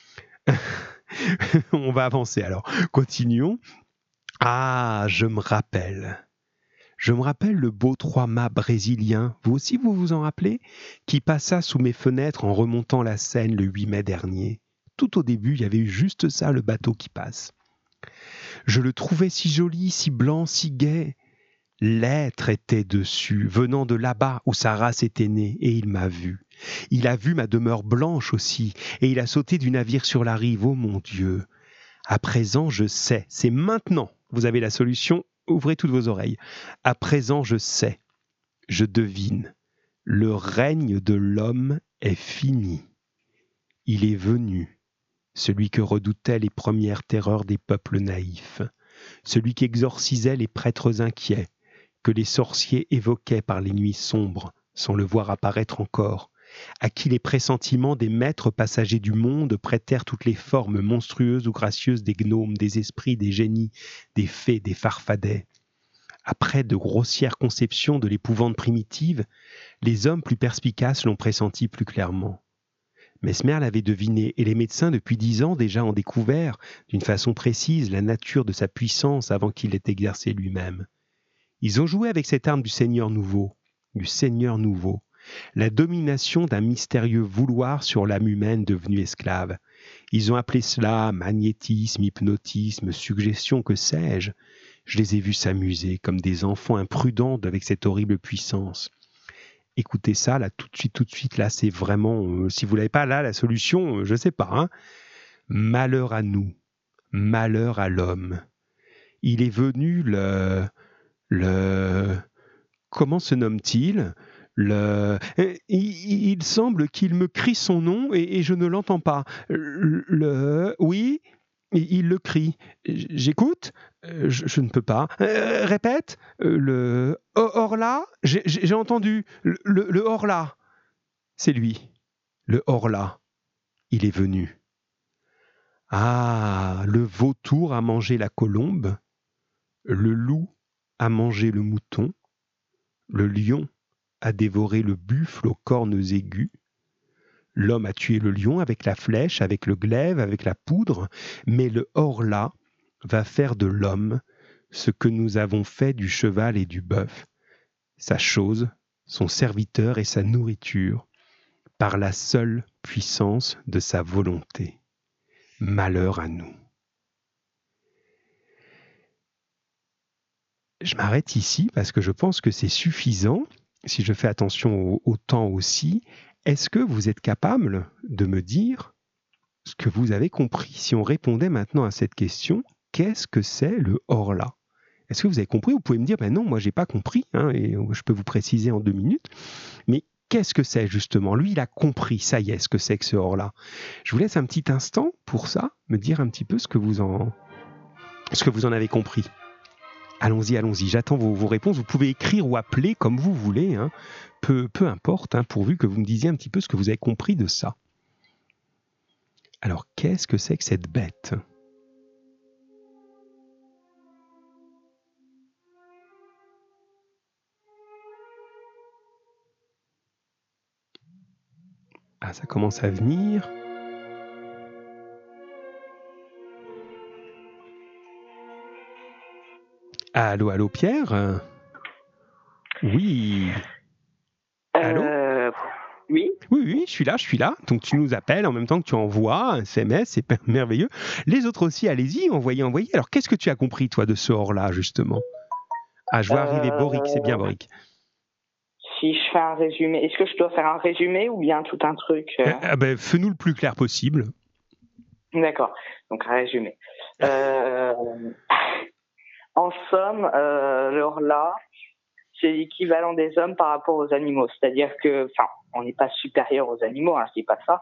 On va avancer alors. Continuons. Ah, je me rappelle le beau 3-mâts brésilien, vous aussi vous vous en rappelez, qui passa sous mes fenêtres en remontant la Seine le 8 mai dernier. Tout au début, il y avait eu juste ça, le bateau qui passe. Je le trouvais si joli, si blanc, si gai. L'être était dessus, venant de là-bas où sa race était née, et il m'a vu. Il a vu ma demeure blanche aussi, et il a sauté du navire sur la rive. Oh mon Dieu! À présent, je sais, c'est maintenant. Vous avez la solution. Ouvrez toutes vos oreilles. À présent, je sais, je devine, le règne de l'homme est fini. Il est venu, celui que redoutaient les premières terreurs des peuples naïfs, celui qui exorcisait les prêtres inquiets, que les sorciers évoquaient par les nuits sombres, sans le voir apparaître encore, à qui les pressentiments des maîtres passagers du monde prêtèrent toutes les formes monstrueuses ou gracieuses des gnomes, des esprits, des génies, des fées, des farfadets. Après de grossières conceptions de l'épouvante primitive, les hommes plus perspicaces l'ont pressenti plus clairement. Mesmer l'avait deviné, et les médecins depuis 10 ans déjà ont découvert, d'une façon précise, la nature de sa puissance avant qu'il l'ait exercée lui-même. Ils ont joué avec cette arme du Seigneur nouveau, la domination d'un mystérieux vouloir sur l'âme humaine devenue esclave. Ils ont appelé cela magnétisme, hypnotisme, suggestion, que sais-je. Je les ai vus s'amuser comme des enfants imprudents avec cette horrible puissance. Écoutez ça, là, tout de suite, là, c'est vraiment... si vous l'avez pas, là, la solution, je sais pas. Malheur à nous, malheur à l'homme. Il est venu comment se nomme-t-il ? Il semble qu'il me crie son nom et je ne l'entends pas. Oui, il le crie. J'écoute, je ne peux pas. Répète, Horla, j'ai entendu. Le Horla, c'est lui. Le Horla, il est venu. Ah, le vautour a mangé la colombe. Le loup a mangé le mouton, le lion a dévoré le buffle aux cornes aiguës, l'homme a tué le lion avec la flèche, avec le glaive, avec la poudre, mais le horla va faire de l'homme ce que nous avons fait du cheval et du bœuf, sa chose, son serviteur et sa nourriture, par la seule puissance de sa volonté. Malheur à nous. Je m'arrête ici parce que je pense que c'est suffisant, si je fais attention au temps aussi. Est-ce que vous êtes capable de me dire ce que vous avez compris? Si on répondait maintenant à cette question, qu'est-ce que c'est le horla? Est-ce que vous avez compris? Vous pouvez me dire, non, moi j'ai pas compris, et je peux vous préciser en 2 minutes, mais qu'est-ce que c'est justement? Lui, il a compris, ça y est, ce que c'est que ce horla. Je vous laisse un petit instant pour ça, me dire un petit peu ce que vous en avez compris. Allons-y, j'attends vos réponses. Vous pouvez écrire ou appeler comme vous voulez, peu importe, pourvu que vous me disiez un petit peu ce que vous avez compris de ça. Alors, qu'est-ce que c'est que cette bête ? Ah, ça commence à venir. Allô, Pierre ? Oui. Allô ? Oui. Oui, je suis là. Donc tu nous appelles en même temps que tu envoies un SMS, c'est merveilleux. Les autres aussi, allez-y, envoyez. Alors qu'est-ce que tu as compris, toi, de ce hors-là, justement ? Ah, je vois arriver Boric, c'est bien Boric. Si je fais un résumé, est-ce que je dois faire un résumé ou bien tout un truc Fais-nous le plus clair possible. D'accord, donc un résumé. En somme, le horla, c'est l'équivalent des hommes par rapport aux animaux. C'est-à-dire que, on n'est pas supérieur aux animaux, je dis pas ça.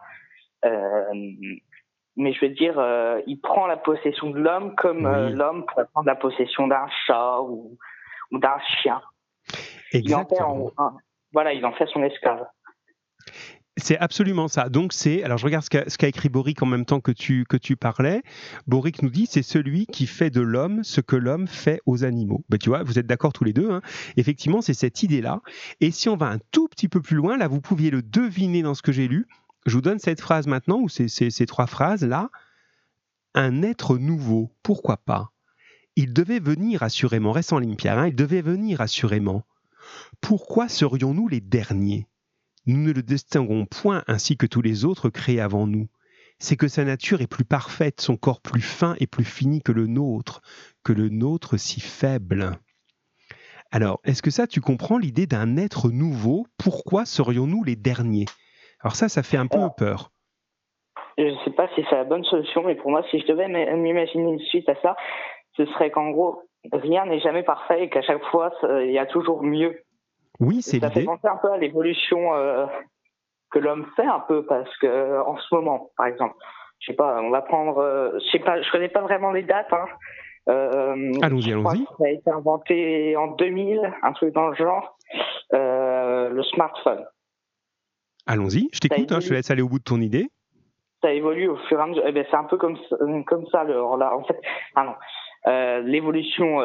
Mais je veux dire, il prend la possession de l'homme comme l'homme pourrait prendre la possession d'un chat ou d'un chien. Exactement. Il en fait son esclave. C'est absolument ça. Donc alors je regarde ce qu'a écrit Boric en même temps que tu parlais. Boric nous dit, c'est celui qui fait de l'homme ce que l'homme fait aux animaux. Tu vois, vous êtes d'accord tous les deux. Effectivement, c'est cette idée-là. Et si on va un tout petit peu plus loin, là, vous pouviez le deviner dans ce que j'ai lu. Je vous donne cette phrase maintenant, ou ces 3 phrases-là. Un être nouveau, pourquoi pas ? Il devait venir assurément, reste en ligne Pierre, il devait venir assurément. Pourquoi serions-nous les derniers ? Nous ne le distinguons point ainsi que tous les autres créés avant nous. C'est que sa nature est plus parfaite, son corps plus fin et plus fini que le nôtre si faible. Alors, est-ce que ça, tu comprends l'idée d'un être nouveau ? Pourquoi serions-nous les derniers ? Alors ça fait un peu peur. Je ne sais pas si c'est la bonne solution, mais pour moi, si je devais m'imaginer une suite à ça, ce serait qu'en gros, rien n'est jamais parfait et qu'à chaque fois, il y a toujours mieux. Oui, c'est l'idée. Ça fait penser un peu à l'évolution que l'homme fait un peu, parce que en ce moment, par exemple, je sais pas, on va prendre, je connais pas vraiment les dates. Allons-y. Ça a été inventé en 2000, un truc dans le genre, le smartphone. Allons-y, je t'écoute, je te laisse aller au bout de ton idée. Ça évolue au fur et à mesure. C'est un peu comme ça là. En fait, l'évolution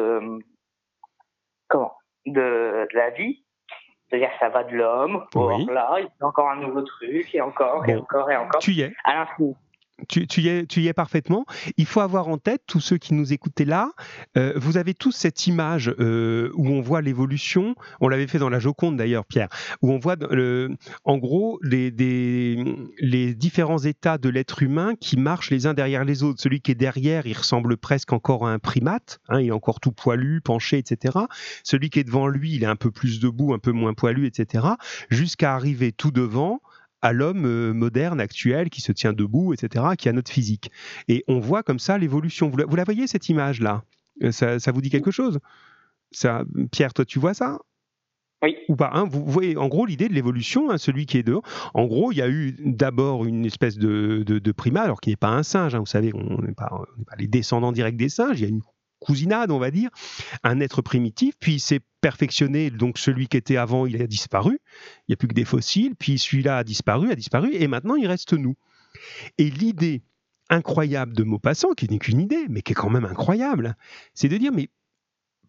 de la vie, c'est-à-dire que ça va de l'homme au horla, il y a encore un nouveau truc et encore. Tu y es. À l'infini. Tu y es parfaitement. Il faut avoir en tête, tous ceux qui nous écoutaient là, vous avez tous cette image où on voit l'évolution, on l'avait fait dans la Joconde d'ailleurs, Pierre, où on voit en gros les différents états de l'être humain qui marchent les uns derrière les autres. Celui qui est derrière, il ressemble presque encore à un primate, il est encore tout poilu, penché, etc. Celui qui est devant lui, il est un peu plus debout, un peu moins poilu, etc. Jusqu'à arriver tout devant à l'homme moderne, actuel, qui se tient debout, etc., qui a notre physique. Et on voit comme ça l'évolution. Vous la voyez, cette image-là ? Ça vous dit quelque chose ? Pierre, toi, tu vois ça ? Oui. Ou pas, vous voyez, en gros, l'idée de l'évolution, celui qui est dehors. En gros, il y a eu d'abord une espèce de primate, alors qui n'est pas un singe, vous savez, on n'est pas les descendants directs des singes, il y a une cousinade, on va dire, un être primitif, puis il s'est perfectionné, donc celui qui était avant, il a disparu, il n'y a plus que des fossiles, puis celui-là a disparu, et maintenant il reste nous. Et l'idée incroyable de Maupassant, qui n'est qu'une idée, mais qui est quand même incroyable, c'est de dire, mais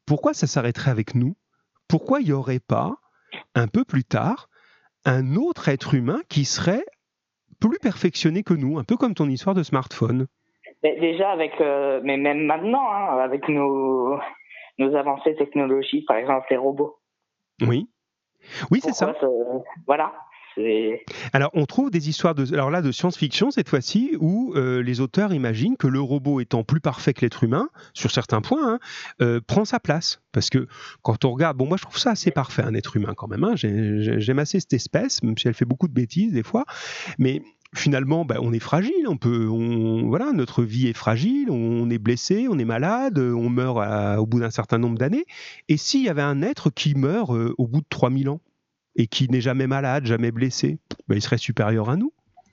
pourquoi ça s'arrêterait avec nous ? Pourquoi il n'y aurait pas, un peu plus tard, un autre être humain qui serait plus perfectionné que nous, un peu comme ton histoire de smartphone ? Mais déjà, mais même maintenant, hein, avec nos avancées technologiques, par exemple les robots. Oui, c'est ça. Voilà. Alors, on trouve des histoires de science-fiction, cette fois-ci, où les auteurs imaginent que le robot, étant plus parfait que l'être humain, sur certains points, prend sa place. Parce que quand on regarde... Bon, moi, je trouve ça assez parfait, un être humain, quand même. Hein. J'aime assez cette espèce, même si elle fait beaucoup de bêtises, des fois. Mais finalement, on est fragile. Voilà, notre vie est fragile, on est blessé, on est malade, on meurt au bout d'un certain nombre d'années. Et s'il y avait un être qui meurt au bout de 3000 ans et qui n'est jamais malade, jamais blessé, il serait supérieur à nous.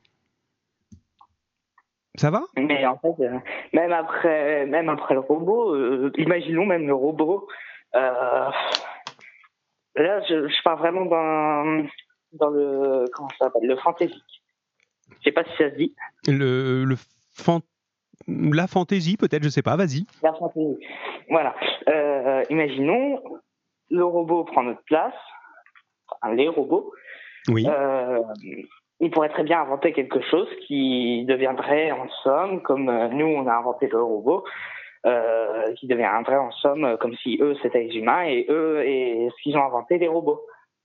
Ça va ? Mais en fait, même après le robot, imaginons même le robot. Là, je pars vraiment dans le comment ça s'appelle, le fantaisique. Je sais pas si ça se dit. La fantaisie, peut-être, je sais pas. Vas-y. La fantaisie. Voilà. Imaginons le robot prend notre place. Les robots, oui. Ils pourraient très bien inventer quelque chose qui deviendrait en somme, comme nous on a inventé le robot, qui deviendrait en somme comme si eux c'était les humains et eux et ce qu'ils ont inventé les robots.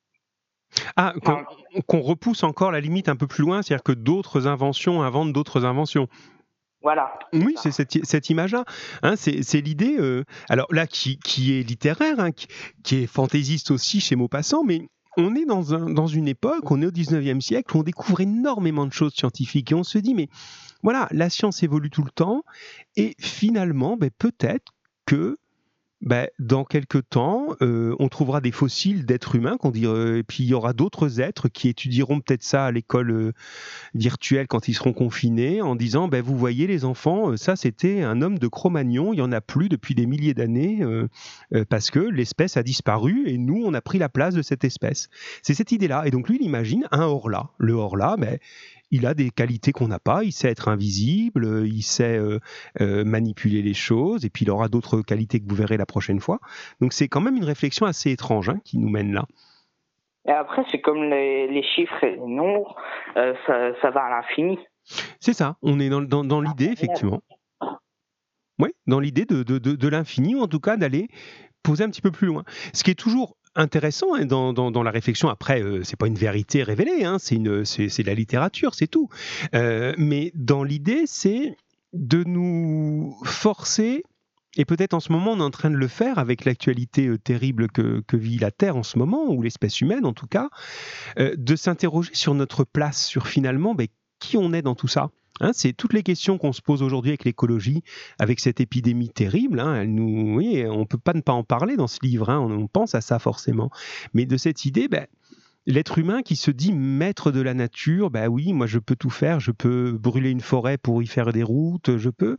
Ah, qu'on repousse encore la limite un peu plus loin, c'est-à-dire que d'autres inventions inventent d'autres inventions. Voilà. Oui, c'est cette image-là. Hein, c'est l'idée, alors là, qui est littéraire, hein, qui est fantaisiste aussi chez Maupassant, mais on est dans une époque, on est au 19e siècle, où on découvre énormément de choses scientifiques et on se dit, mais voilà, la science évolue tout le temps et finalement, peut-être que dans quelques temps, on trouvera des fossiles d'êtres humains, et puis il y aura d'autres êtres qui étudieront peut-être ça à l'école virtuelle quand ils seront confinés, en disant, vous voyez les enfants, ça c'était un homme de Cro-Magnon, il n'y en a plus depuis des milliers d'années, parce que l'espèce a disparu et nous, on a pris la place de cette espèce. C'est cette idée-là. Et donc lui, il imagine un Horla. Le Horla, il a des qualités qu'on n'a pas, il sait être invisible, il sait manipuler les choses, et puis il aura d'autres qualités que vous verrez la prochaine fois. Donc c'est quand même une réflexion assez étrange qui nous mène là. Et après, c'est comme les chiffres et les nombres, ça va à l'infini. C'est ça, on est dans l'idée, effectivement. Oui, dans l'idée de l'infini, ou en tout cas d'aller poser un petit peu plus loin. Ce qui est toujours intéressant dans la réflexion. Après, c'est pas une vérité révélée, c'est de la littérature, c'est tout. Mais dans l'idée, c'est de nous forcer, et peut-être en ce moment, on est en train de le faire avec l'actualité terrible que vit la Terre en ce moment, ou l'espèce humaine en tout cas, de s'interroger sur notre place, sur finalement qui on est dans tout ça. C'est toutes les questions qu'on se pose aujourd'hui avec l'écologie, avec cette épidémie terrible. On ne peut pas ne pas en parler dans ce livre. On pense à ça forcément. Mais de cette idée, l'être humain qui se dit maître de la nature, oui, moi je peux tout faire. Je peux brûler une forêt pour y faire des routes. Je peux.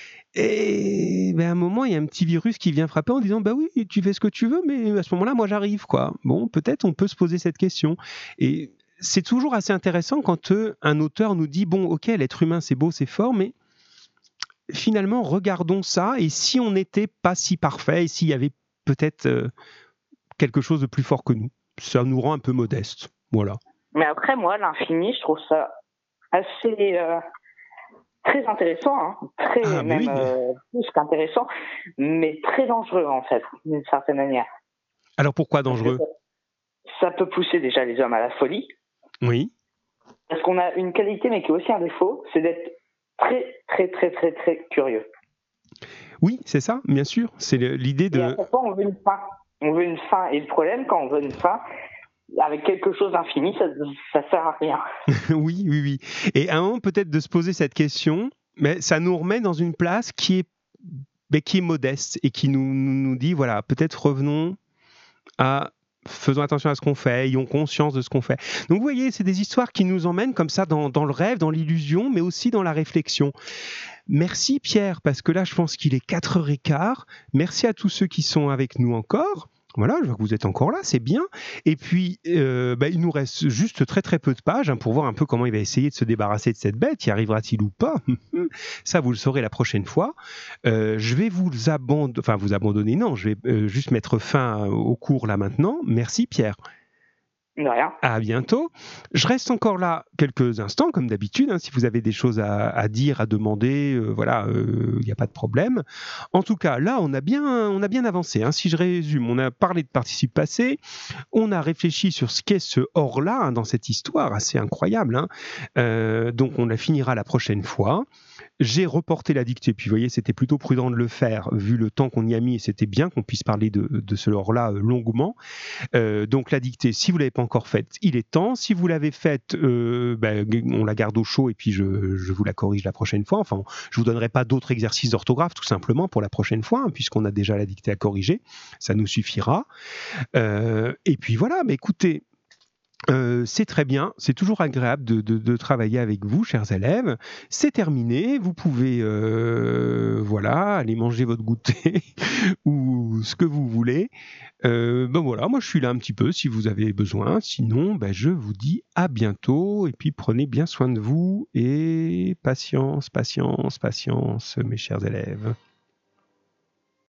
Et à un moment, il y a un petit virus qui vient frapper en disant oui, tu fais ce que tu veux, mais à ce moment-là, moi j'arrive, quoi. Bon, peut-être on peut se poser cette question. Et c'est toujours assez intéressant quand un auteur nous dit ok, l'être humain c'est beau, c'est fort, mais finalement regardons ça, et si on n'était pas si parfait, et s'il y avait peut-être quelque chose de plus fort que nous, ça nous rend un peu modeste, voilà. Mais après, moi, l'infini, je trouve ça assez très intéressant, plus qu'intéressant, mais très dangereux en fait, d'une certaine manière. Alors pourquoi dangereux ? Ça peut pousser déjà les hommes à la folie. Oui. Parce qu'on a une qualité, mais qui est aussi un défaut, c'est d'être très, très, très, très, très curieux. Oui, c'est ça, bien sûr. C'est l'idée de... Et à chaque fois, on veut une fin. On veut une fin. Et le problème, quand on veut une fin, avec quelque chose d'infini, ça sert à rien. Oui. Et à un moment, peut-être de se poser cette question, mais ça nous remet dans une place qui est modeste et qui nous dit, voilà, peut-être revenons à... Faisons attention à ce qu'on fait, ayons conscience de ce qu'on fait. Donc vous voyez, c'est des histoires qui nous emmènent comme ça dans le rêve, dans l'illusion, mais aussi dans la réflexion. Merci Pierre, parce que là je pense qu'il est 4h15. Merci à tous ceux qui sont avec nous encore. Voilà, je vois que vous êtes encore là, c'est bien. Et puis, il nous reste juste très très peu de pages pour voir un peu comment il va essayer de se débarrasser de cette bête. Y arrivera-t-il ou pas? Ça, vous le saurez la prochaine fois. Je vais vous abandonner. Non, je vais juste mettre fin au cours là maintenant. Merci Pierre. De rien. À bientôt. Je reste encore là quelques instants, comme d'habitude. Si vous avez des choses à dire, à demander, il n'y a pas de problème. En tout cas, là, on a bien avancé. Si je résume, on a parlé de participe passé, on a réfléchi sur ce qu'est ce or-là dans cette histoire assez incroyable. Donc, on la finira la prochaine fois. J'ai reporté la dictée, puis vous voyez, c'était plutôt prudent de le faire, vu le temps qu'on y a mis, et c'était bien qu'on puisse parler de ce lore-là longuement. Donc la dictée, si vous ne l'avez pas encore faite, il est temps. Si vous l'avez faite, on la garde au chaud, et puis je vous la corrige la prochaine fois. Enfin, je ne vous donnerai pas d'autres exercices d'orthographe, tout simplement, pour la prochaine fois, puisqu'on a déjà la dictée à corriger. Ça nous suffira. Et puis voilà, écoutez... c'est très bien, c'est toujours agréable de travailler avec vous, chers élèves. C'est terminé, vous pouvez aller manger votre goûter ou ce que vous voulez. Moi je suis là un petit peu si vous avez besoin. Sinon, je vous dis à bientôt et puis prenez bien soin de vous et patience, mes chers élèves.